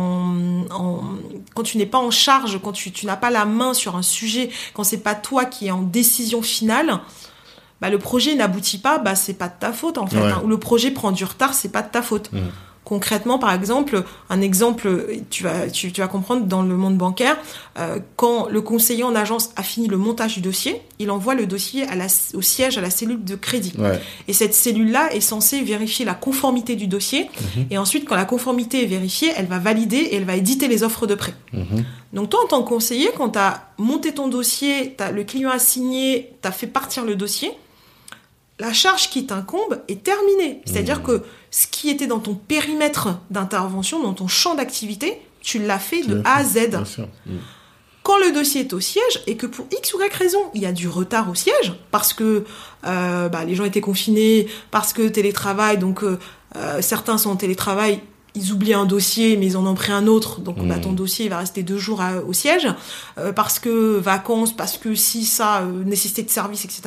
quand tu n'es pas en charge, quand tu n'as pas la main sur un sujet, quand c'est pas toi qui es en décision finale, le projet n'aboutit pas, c'est pas de ta faute en fait. Ou le projet prend du retard, c'est pas de ta faute. Concrètement, par exemple, un exemple, tu vas comprendre dans le monde bancaire, quand le conseiller en agence a fini le montage du dossier, il envoie le dossier au siège, à la cellule de crédit. Ouais. Et cette cellule-là est censée vérifier la conformité du dossier. Et ensuite, quand la conformité est vérifiée, elle va valider et elle va éditer les offres de prêt. Donc toi, en tant que conseiller, quand tu as monté ton dossier, le client a signé, tu as fait partir le dossier, la charge qui t'incombe est terminée. C'est-à-dire que ce qui était dans ton périmètre d'intervention, dans ton champ d'activité, tu l'as fait de A à Z. Bien sûr. Quand le dossier est au siège et que pour X ou Y raison, il y a du retard au siège, parce que les gens étaient confinés, parce que télétravail, donc certains sont en télétravail, ils oublient un dossier, mais ils en ont pris un autre, donc ton dossier il va rester 2 jours au siège, parce que vacances, parce que si ça, nécessité de service, etc.,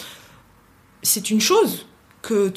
c'est une chose que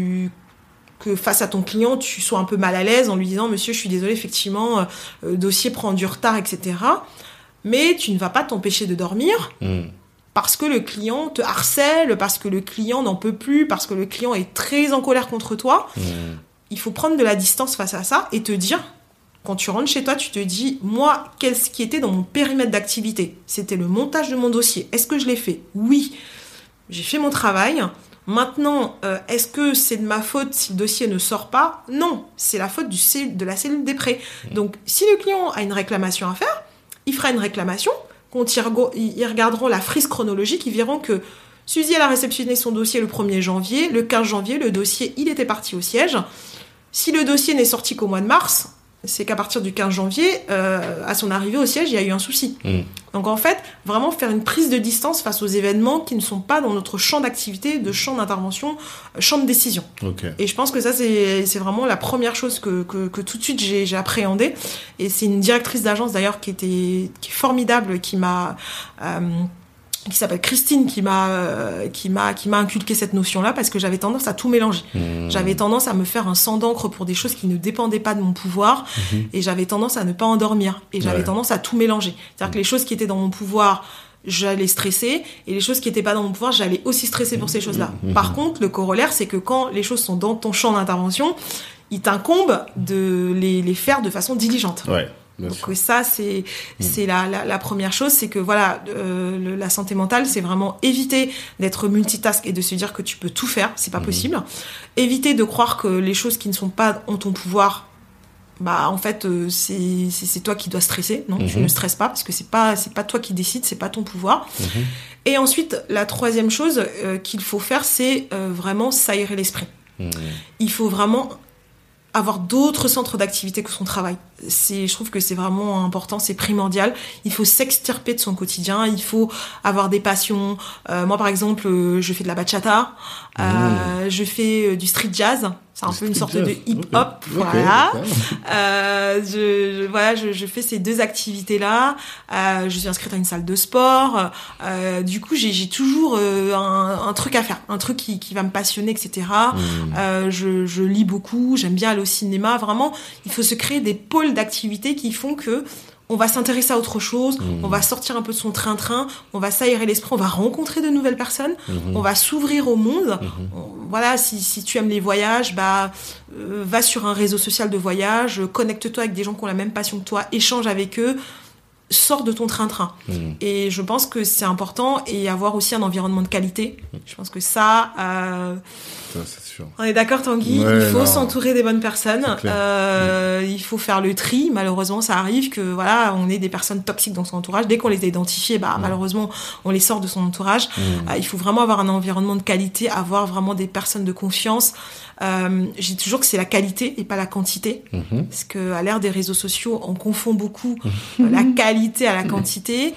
face à ton client, tu sois un peu mal à l'aise en lui disant « Monsieur, je suis désolé, effectivement, le dossier prend du retard, etc. » Mais tu ne vas pas t'empêcher de dormir parce que le client te harcèle, parce que le client n'en peut plus, parce que le client est très en colère contre toi. Il faut prendre de la distance face à ça et te dire, quand tu rentres chez toi, tu te dis « Moi, qu'est-ce qui était dans mon périmètre d'activité ? C'était le montage de mon dossier. Est-ce que je l'ai fait ? Oui. J'ai fait mon travail. Maintenant, est-ce que c'est de ma faute si le dossier ne sort pas ? Non, c'est la faute de la cellule des prêts. Donc, si le client a une réclamation à faire, il fera une réclamation. Quand ils regarderont la frise chronologique, ils verront que Suzy, elle a réceptionné son dossier le 1er janvier. Le 15 janvier, le dossier, il était parti au siège. Si le dossier n'est sorti qu'au mois de mars, c'est qu'à partir du 15 janvier, à son arrivée au siège, il y a eu un souci. Donc en fait, vraiment faire une prise de distance face aux événements qui ne sont pas dans notre champ d'activité, de champ d'intervention, champ de décision. Okay. Et je pense que ça, c'est vraiment la première chose que tout de suite j'ai appréhendé. Et c'est une directrice d'agence d'ailleurs qui est formidable, qui s'appelle Christine, qui m'a inculqué cette notion-là, parce que j'avais tendance à tout mélanger. J'avais tendance à me faire un sang d'encre pour des choses qui ne dépendaient pas de mon pouvoir, et j'avais tendance à ne pas endormir, et j'avais tendance à tout mélanger. C'est-à-dire que les choses qui étaient dans mon pouvoir, j'allais stresser, et les choses qui étaient pas dans mon pouvoir, j'allais aussi stresser pour ces choses-là. Par contre, le corollaire, c'est que quand les choses sont dans ton champ d'intervention, il t'incombe de les faire de façon diligente. Ouais. Donc ça, c'est la première chose, c'est que voilà, la santé mentale, c'est vraiment éviter d'être multitask et de se dire que tu peux tout faire, c'est pas possible. Éviter de croire que les choses qui ne sont pas en ton pouvoir, en fait, c'est toi qui dois stresser. Non, tu ne stresses pas, parce que c'est pas toi qui décides, c'est pas ton pouvoir. Et ensuite, la troisième chose qu'il faut faire, c'est vraiment s'aérer l'esprit. Il faut vraiment avoir d'autres centres d'activité que son travail. Je trouve que c'est vraiment important, c'est primordial. Il faut s'extirper de son quotidien, il faut avoir des passions. Moi, par exemple, je fais de la bachata, je fais du street jazz. C'est un peu une sorte de hip-hop, voilà. Je fais ces 2 activités-là. Je suis inscrite à une salle de sport. Du coup, j'ai toujours un truc à faire, un truc qui va me passionner, etc. Je lis beaucoup, j'aime bien aller au cinéma. Vraiment, il faut se créer des pôles d'activités qui font que on va s'intéresser à autre chose, on va sortir un peu de son train-train, on va s'aérer l'esprit, on va rencontrer de nouvelles personnes, on va s'ouvrir au monde. Voilà, si tu aimes les voyages, va sur un réseau social de voyage, connecte-toi avec des gens qui ont la même passion que toi, échange avec eux, sors de ton train-train. Et je pense que c'est important, et avoir aussi un environnement de qualité. Je pense que ça c'est sûr. On est d'accord, Tanguy, il faut s'entourer des bonnes personnes. Il faut faire le tri. Malheureusement, ça arrive que voilà, on ait des personnes toxiques dans son entourage. Dès qu'on les a identifiées, malheureusement, on les sort de son entourage. Il faut vraiment avoir un environnement de qualité, avoir vraiment des personnes de confiance. Je dis toujours que c'est la qualité et pas la quantité, parce que à l'ère des réseaux sociaux, on confond beaucoup la qualité à la quantité.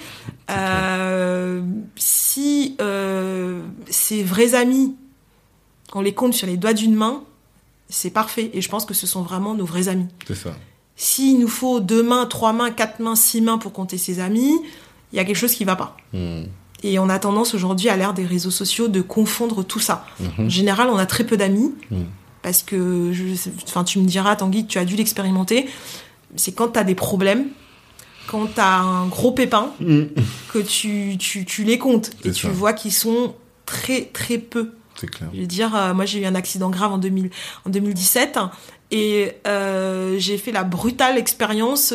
Si ces vrais amis, on les compte sur les doigts d'une main, c'est parfait. Et je pense que ce sont vraiment nos vrais amis. C'est ça. S'il nous faut 2 mains, 3 mains, 4 mains, 6 mains pour compter ses amis, il y a quelque chose qui va pas. Et on a tendance aujourd'hui, à l'ère des réseaux sociaux, de confondre tout ça. En général, on a très peu d'amis, parce que, tu me diras, Tanguy, tu as dû l'expérimenter, c'est quand tu as des problèmes, quand tu as un gros pépin, que tu les comptes. Et tu vois qu'ils sont très, très peu C'est clair. Je veux dire, moi j'ai eu un accident grave en 2017 et j'ai fait la brutale expérience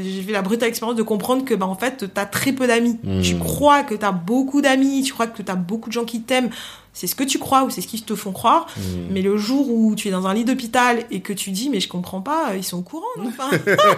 de comprendre que en fait t'as très peu d'amis. Tu crois que t'as beaucoup d'amis, tu crois que t'as beaucoup de gens qui t'aiment. C'est ce que tu crois ou c'est ce qu'ils te font croire. Mais le jour où tu es dans un lit d'hôpital et que tu dis mais je comprends pas, ils sont au courant, non enfin...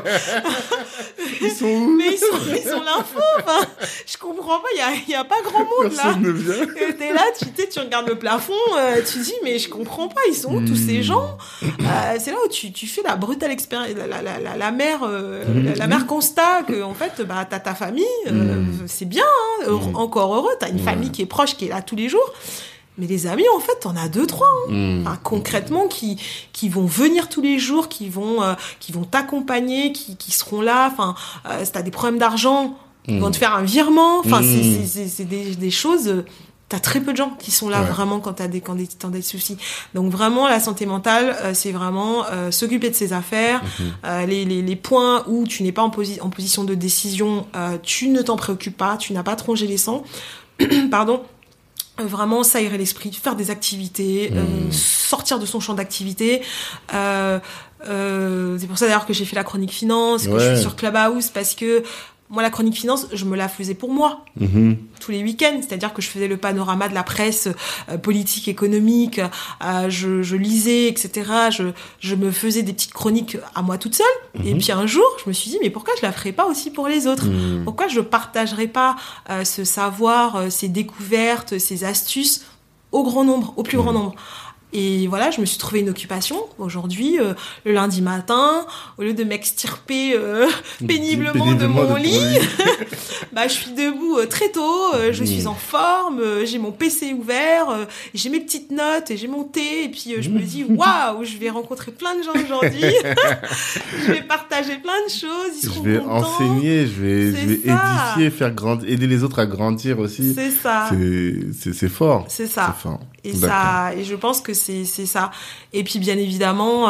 Ils sont où? Mais ils sont l'info. Enfin, je comprends pas. Il y a pas grand monde là. Personne ne vient. T'es là, tu regardes le plafond, tu dis mais je comprends pas. Ils sont où tous ces gens? C'est là où tu fais la brutale expérience, la mère constat que en fait t'as ta famille, c'est bien, hein, encore heureux. T'as une famille qui est proche, qui est là tous les jours. Mais les amis, en fait, t'en as 2-3, hein. Enfin, concrètement, qui vont venir tous les jours, qui vont t'accompagner, qui seront là. Enfin, si t'as des problèmes d'argent, ils vont te faire un virement. Enfin, c'est des choses. T'as très peu de gens qui sont là vraiment quand t'as des soucis. Donc vraiment, la santé mentale, c'est vraiment s'occuper de ses affaires. Les points où tu n'es pas en position de décision, tu ne t'en préoccupes pas, tu n'as pas trongé les sangs. Pardon. Vraiment s'aérer l'esprit, faire des activités, sortir de son champ d'activité. C'est pour ça d'ailleurs que j'ai fait la chronique finance, que je suis sur Clubhouse, parce que moi, la chronique finance, je me la faisais pour moi, tous les week-ends. C'est-à-dire que je faisais le panorama de la presse politique, économique, je lisais, etc. Je me faisais des petites chroniques à moi toute seule. Et puis un jour, je me suis dit, mais pourquoi je la ferais pas aussi pour les autres? Pourquoi je partagerais pas ce savoir, ces découvertes, ces astuces au grand nombre, au plus grand nombre? Et voilà, je me suis trouvé une occupation. Aujourd'hui, le lundi matin, au lieu de m'extirper péniblement de mon lit, je suis debout très tôt, je suis en forme, j'ai mon PC ouvert, j'ai mes petites notes, et j'ai mon thé, et puis je me dis, waouh, je vais rencontrer plein de gens aujourd'hui, je vais partager plein de choses, ils seront contents. Enseigner, je vais édifier, aider les autres à grandir aussi. C'est ça. C'est fort. C'est ça. C'est fort. Et je pense que c'est ça. Et puis bien évidemment,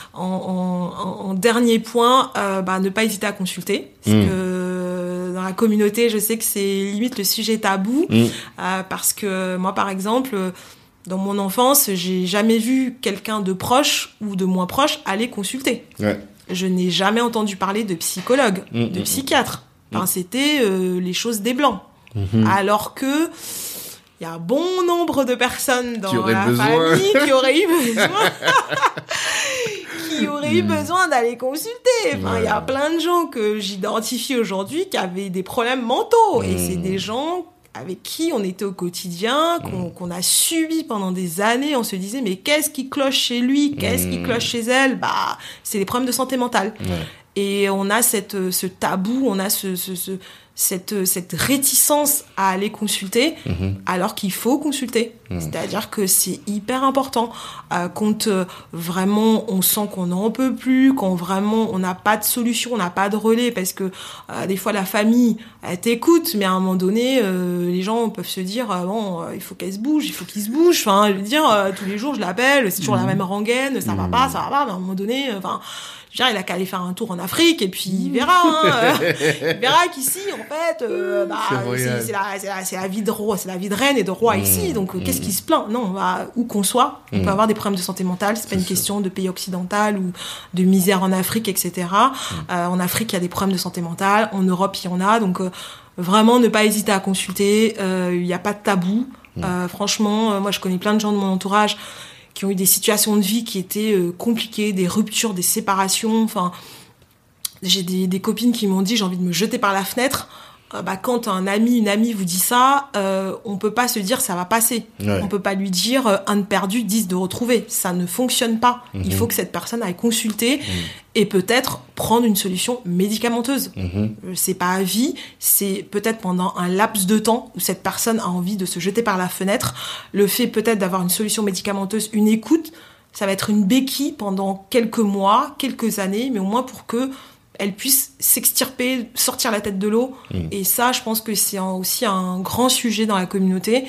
en dernier point, ne pas hésiter à consulter, parce que dans la communauté, je sais que c'est limite le sujet tabou, parce que moi, par exemple, dans mon enfance, j'ai jamais vu quelqu'un de proche ou de moins proche aller consulter. Ouais. Je n'ai jamais entendu parler de psychologue, de psychiatre. Enfin, c'était les choses des blancs. Alors que il y a bon nombre de personnes dans la famille qui auraient eu besoin d'aller consulter. Enfin, il y a plein de gens que j'identifie aujourd'hui qui avaient des problèmes mentaux. Et c'est des gens avec qui on était au quotidien, qu'on a subi pendant des années. On se disait, mais qu'est-ce qui cloche chez lui? Qu'est-ce qui cloche chez elle? C'est des problèmes de santé mentale. Et on a ce tabou, on a cette réticence à aller consulter, alors qu'il faut consulter. C'est-à-dire que c'est hyper important. Quand vraiment on sent qu'on n'en peut plus, quand vraiment on n'a pas de solution, on n'a pas de relais, parce que des fois la famille, elle t'écoute, mais à un moment donné, les gens peuvent se dire, il faut qu'elle se bouge, il faut qu'il se bouge. Enfin, je veux dire, tous les jours je l'appelle, c'est toujours la même rengaine, ça va pas, mais à un moment donné, il a qu'à aller faire un tour en Afrique et puis il verra, il verra qu'ici en fait, c'est la vie de roi, c'est la vie de reine et de roi ici. Donc qu'est-ce qui se plaint? Non, où qu'on soit, on peut avoir des problèmes de santé mentale. C'est pas une question de pays occidental ou de misère en Afrique, etc. En Afrique, il y a des problèmes de santé mentale. En Europe, il y en a. Donc vraiment, ne pas hésiter à consulter. Il n'y a pas de tabou. Franchement, moi, je connais plein de gens de mon entourage qui ont eu des situations de vie qui étaient compliquées, des ruptures, des séparations. Enfin, j'ai des copines qui m'ont dit, j'ai envie de me jeter par la fenêtre. Quand un ami, une amie vous dit ça, on peut pas se dire ça va passer. Ouais. On peut pas lui dire un de perdu, 10 de retrouvé. Ça ne fonctionne pas. Il faut que cette personne aille consulter et peut-être prendre une solution médicamenteuse. C'est pas à vie, c'est peut-être pendant un laps de temps où cette personne a envie de se jeter par la fenêtre. Le fait peut-être d'avoir une solution médicamenteuse, une écoute, ça va être une béquille pendant quelques mois, quelques années, mais au moins pour que elle puisse s'extirper, sortir la tête de l'eau. Et ça, je pense que c'est aussi un grand sujet dans la communauté,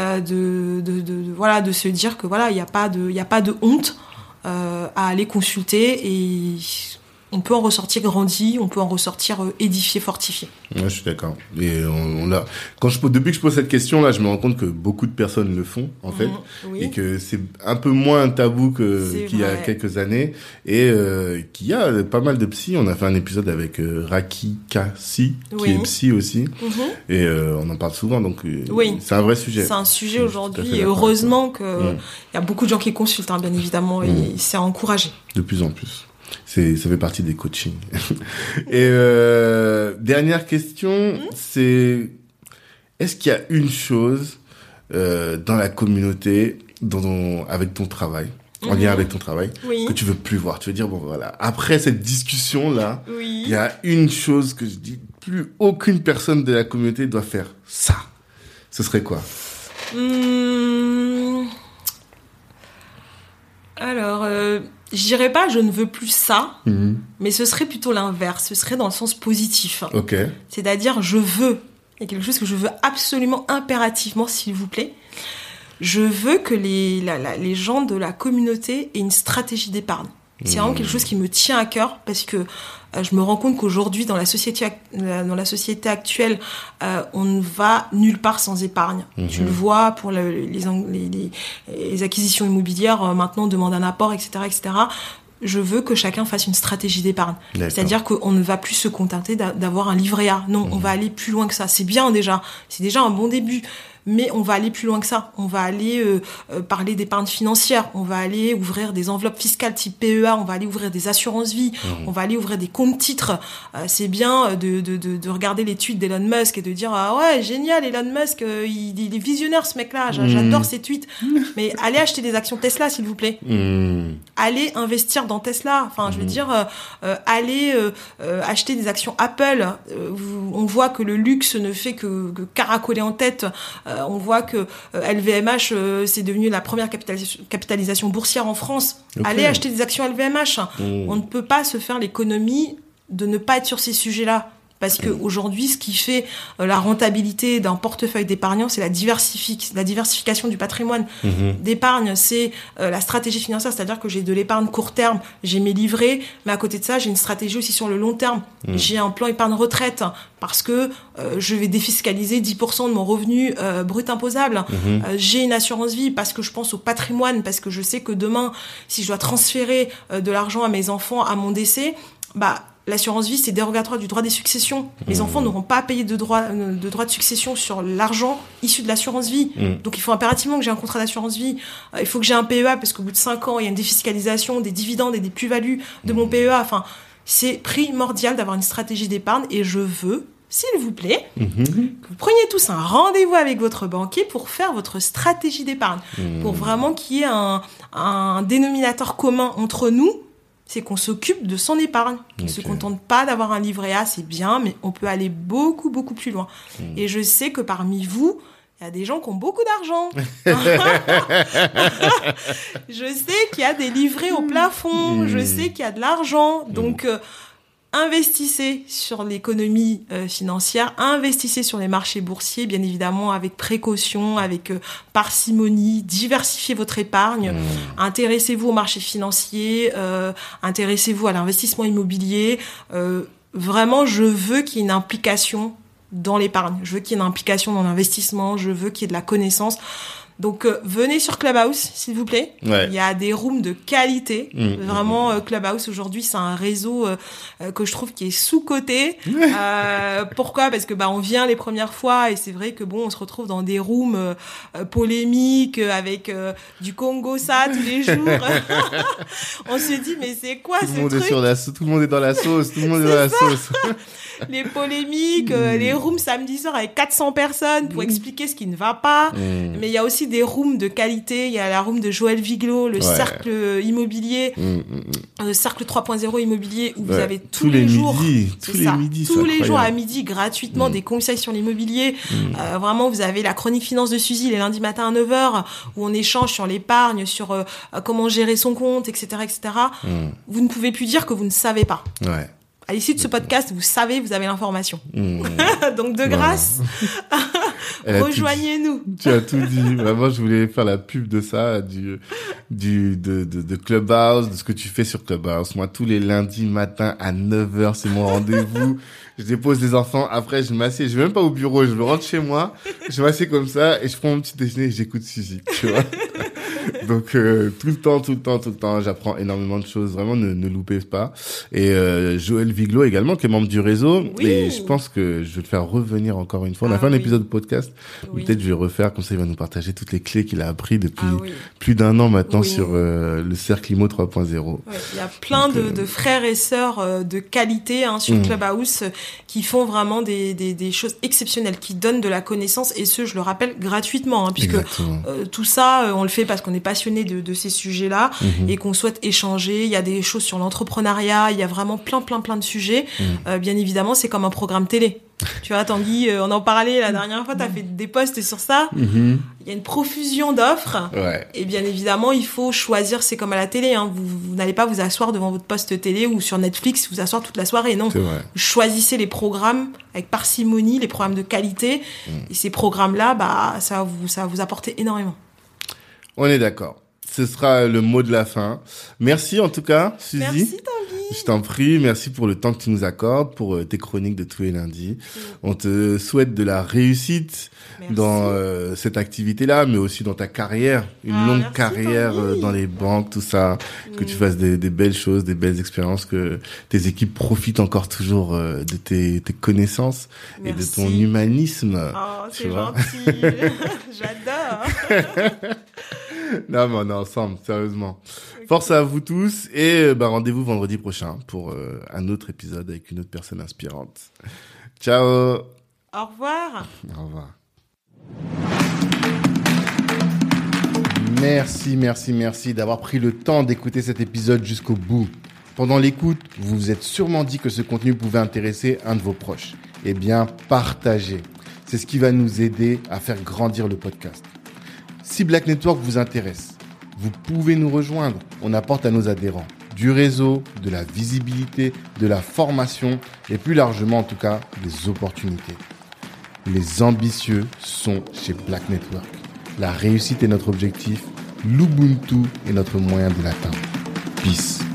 de se dire que voilà, il y a pas de honte à aller consulter et on peut en ressortir grandi, on peut en ressortir édifié, fortifié. Ouais, je suis d'accord. Et depuis que je pose cette question là, je me rends compte que beaucoup de personnes le font en fait, oui. Et que c'est un peu moins un tabou qu'il y a quelques années, et qu'il y a pas mal de psy. On a fait un épisode avec Raki Kassi, qui est psy aussi, et on en parle souvent, donc c'est un vrai sujet. C'est un sujet aujourd'hui, et heureusement que il y a beaucoup de gens qui consultent, bien évidemment, et c'est à encourager. De plus en plus. Ça fait partie des coachings. Et dernière question, c'est est-ce qu'il y a une chose dans la communauté avec ton travail, en lien avec ton travail, que tu veux plus voir? Tu veux dire, bon voilà, après cette discussion-là, il y a une chose que je dis, plus aucune personne de la communauté doit faire ça. Ce serait quoi? Alors, je dirais pas je ne veux plus ça, mais ce serait plutôt l'inverse, ce serait dans le sens positif. Okay. C'est-à-dire, il y a quelque chose que je veux absolument, impérativement, s'il vous plaît. Je veux que les gens de la communauté aient une stratégie d'épargne. C'est vraiment quelque chose qui me tient à cœur, parce que je me rends compte qu'aujourd'hui, dans la société actuelle, on ne va nulle part sans épargne. Tu le vois pour les acquisitions immobilières, maintenant on demande un apport, etc., etc. Je veux que chacun fasse une stratégie d'épargne. D'accord. C'est-à-dire qu'on ne va plus se contenter d'avoir un livret A. Non, on va aller plus loin que ça. C'est bien déjà. C'est déjà un bon début. Mais on va aller plus loin que ça. On va aller parler d'épargne financière. On va aller ouvrir des enveloppes fiscales type PEA. On va aller ouvrir des assurances-vie. On va aller ouvrir des comptes-titres. C'est bien de regarder les tweets d'Elon Musk et de dire « Ah ouais, génial, Elon Musk, il est visionnaire ce mec-là. J'adore ses tweets. » Mais allez acheter des actions Tesla, s'il vous plaît. Allez investir dans Tesla. Enfin, je veux dire, allez acheter des actions Apple. On voit que le luxe ne fait que caracoler en tête. On voit que LVMH, c'est devenu la première capitalisation boursière en France. Okay. Allez acheter des actions LVMH. On ne peut pas se faire l'économie de ne pas être sur ces sujets-là. Parce que aujourd'hui, ce qui fait la rentabilité d'un portefeuille d'épargnants, c'est la diversification du patrimoine d'épargne. C'est la stratégie financière, c'est-à-dire que j'ai de l'épargne court terme, j'ai mes livrets, mais à côté de ça, j'ai une stratégie aussi sur le long terme. J'ai un plan épargne retraite parce que je vais défiscaliser 10% de mon revenu brut imposable. J'ai une assurance vie parce que je pense au patrimoine, parce que je sais que demain, si je dois transférer de l'argent à mes enfants à mon décès, l'assurance vie, c'est dérogatoire du droit des successions. Les enfants n'auront pas à payer de droit de succession sur l'argent issu de l'assurance vie. Donc, il faut impérativement que j'ai un contrat d'assurance vie. Il faut que j'ai un PEA, parce qu'au bout de 5 ans, il y a une défiscalisation des dividendes et des plus-values de mon PEA. Enfin, c'est primordial d'avoir une stratégie d'épargne, et je veux, s'il vous plaît, que vous preniez tous un rendez-vous avec votre banquier pour faire votre stratégie d'épargne. Pour vraiment qu'il y ait un dénominateur commun entre nous, c'est qu'on s'occupe de son épargne. On ne se contente pas d'avoir un livret A, c'est bien, mais on peut aller beaucoup, beaucoup plus loin. Et je sais que parmi vous, il y a des gens qui ont beaucoup d'argent. Je sais qu'il y a des livrets au plafond. Je sais qu'il y a de l'argent. Donc, investissez sur l'économie financière, investissez sur les marchés boursiers, bien évidemment avec précaution, avec parcimonie, diversifiez votre épargne, intéressez-vous aux marchés financiers, intéressez-vous à l'investissement immobilier. Vraiment, je veux qu'il y ait une implication dans l'épargne, je veux qu'il y ait une implication dans l'investissement, je veux qu'il y ait de la connaissance. Donc, venez sur Clubhouse, s'il vous plaît. Ouais. Il y a des rooms de qualité. Vraiment, Clubhouse, aujourd'hui, c'est un réseau que je trouve qui est sous-coté. Pourquoi ? Parce que on vient les premières fois, et c'est vrai que on se retrouve dans des rooms polémiques avec du Congo-ça tous les jours. On se dit, mais c'est quoi ce truc ? Tout le monde est dans la sauce. Tout le monde est dans la sauce. Les polémiques, les rooms samedi soir avec 400 personnes pour expliquer ce qui ne va pas. Mais il y a aussi des rooms de qualité. Il y a la room de Joël Viglo, le cercle immobilier, le cercle 3.0 immobilier, où vous avez tous les jours, tous les jours à midi, gratuitement, des conseils sur l'immobilier. Vraiment, vous avez la chronique finance de Suzy les lundis matins à 9h, où on échange sur l'épargne, sur comment gérer son compte, etc., etc. Vous ne pouvez plus dire que vous ne savez pas. Ouais. À l'issue de ce podcast, vous savez, vous avez l'information. Donc, de grâce, Rejoignez-nous. Tu as tout dit. Vraiment, je voulais faire la pub de ça, de Clubhouse, de ce que tu fais sur Clubhouse. Moi, tous les lundis matin à 9h, c'est mon rendez-vous. Je dépose les enfants. Après, je m'assieds. Je vais même pas au bureau. Je me rentre chez moi. Je m'assieds comme ça et je prends mon petit déjeuner et j'écoute Suzy. Tu vois? Donc tout le temps, j'apprends énormément de choses. Vraiment, ne loupez pas. Et Joël Viglo également, qui est membre du réseau. Oui. Et je pense que je vais le faire revenir encore une fois. On a fait un épisode de podcast. Oui. Peut-être je vais refaire, comme ça il va nous partager toutes les clés qu'il a appris depuis plus d'1 an maintenant sur le cercle IMO 3.0. Ouais, il y a plein de frères et sœurs de qualité sur Clubhouse qui font vraiment des choses exceptionnelles, qui donnent de la connaissance, et je le rappelle, gratuitement, puisque tout ça, on le fait parce qu'on est passionné de ces sujets-là et qu'on souhaite échanger. Il y a des choses sur l'entrepreneuriat, il y a vraiment plein de sujets. Bien évidemment, c'est comme un programme télé. Tu vois, Tanguy, on en parlait la dernière fois, t'as fait des posts sur ça. Il y a une profusion d'offres. Ouais. Et bien évidemment, il faut choisir, c'est comme à la télé, vous n'allez pas vous asseoir devant votre poste télé ou sur Netflix, vous asseoir toute la soirée. Non. Vous choisissez les programmes avec parcimonie, les programmes de qualité. Et ces programmes-là, ça va vous apporter énormément. On est d'accord. Ce sera le mot de la fin. Merci en tout cas, Suzy. Merci Tanguy. Je t'en prie, merci pour le temps que tu nous accordes, pour tes chroniques de tous les lundis. On te souhaite de la réussite dans cette activité-là, mais aussi dans ta carrière, une longue carrière dans les banques, tout ça, que tu fasses des belles choses, des belles expériences, que tes équipes profitent encore toujours de tes connaissances et de ton humanisme. Oh, c'est gentil. J'adore. Non, mais on est ensemble, sérieusement. Okay. Force à vous tous et rendez-vous vendredi prochain pour un autre épisode avec une autre personne inspirante. Ciao. Au revoir. Au revoir. Merci d'avoir pris le temps d'écouter cet épisode jusqu'au bout. Pendant l'écoute, vous vous êtes sûrement dit que ce contenu pouvait intéresser un de vos proches. Eh bien, partagez. C'est ce qui va nous aider à faire grandir le podcast. Si Black Network vous intéresse, vous pouvez nous rejoindre. On apporte à nos adhérents du réseau, de la visibilité, de la formation et plus largement en tout cas des opportunités. Les ambitieux sont chez Black Network. La réussite est notre objectif, l'Ubuntu est notre moyen de l'atteindre. Peace.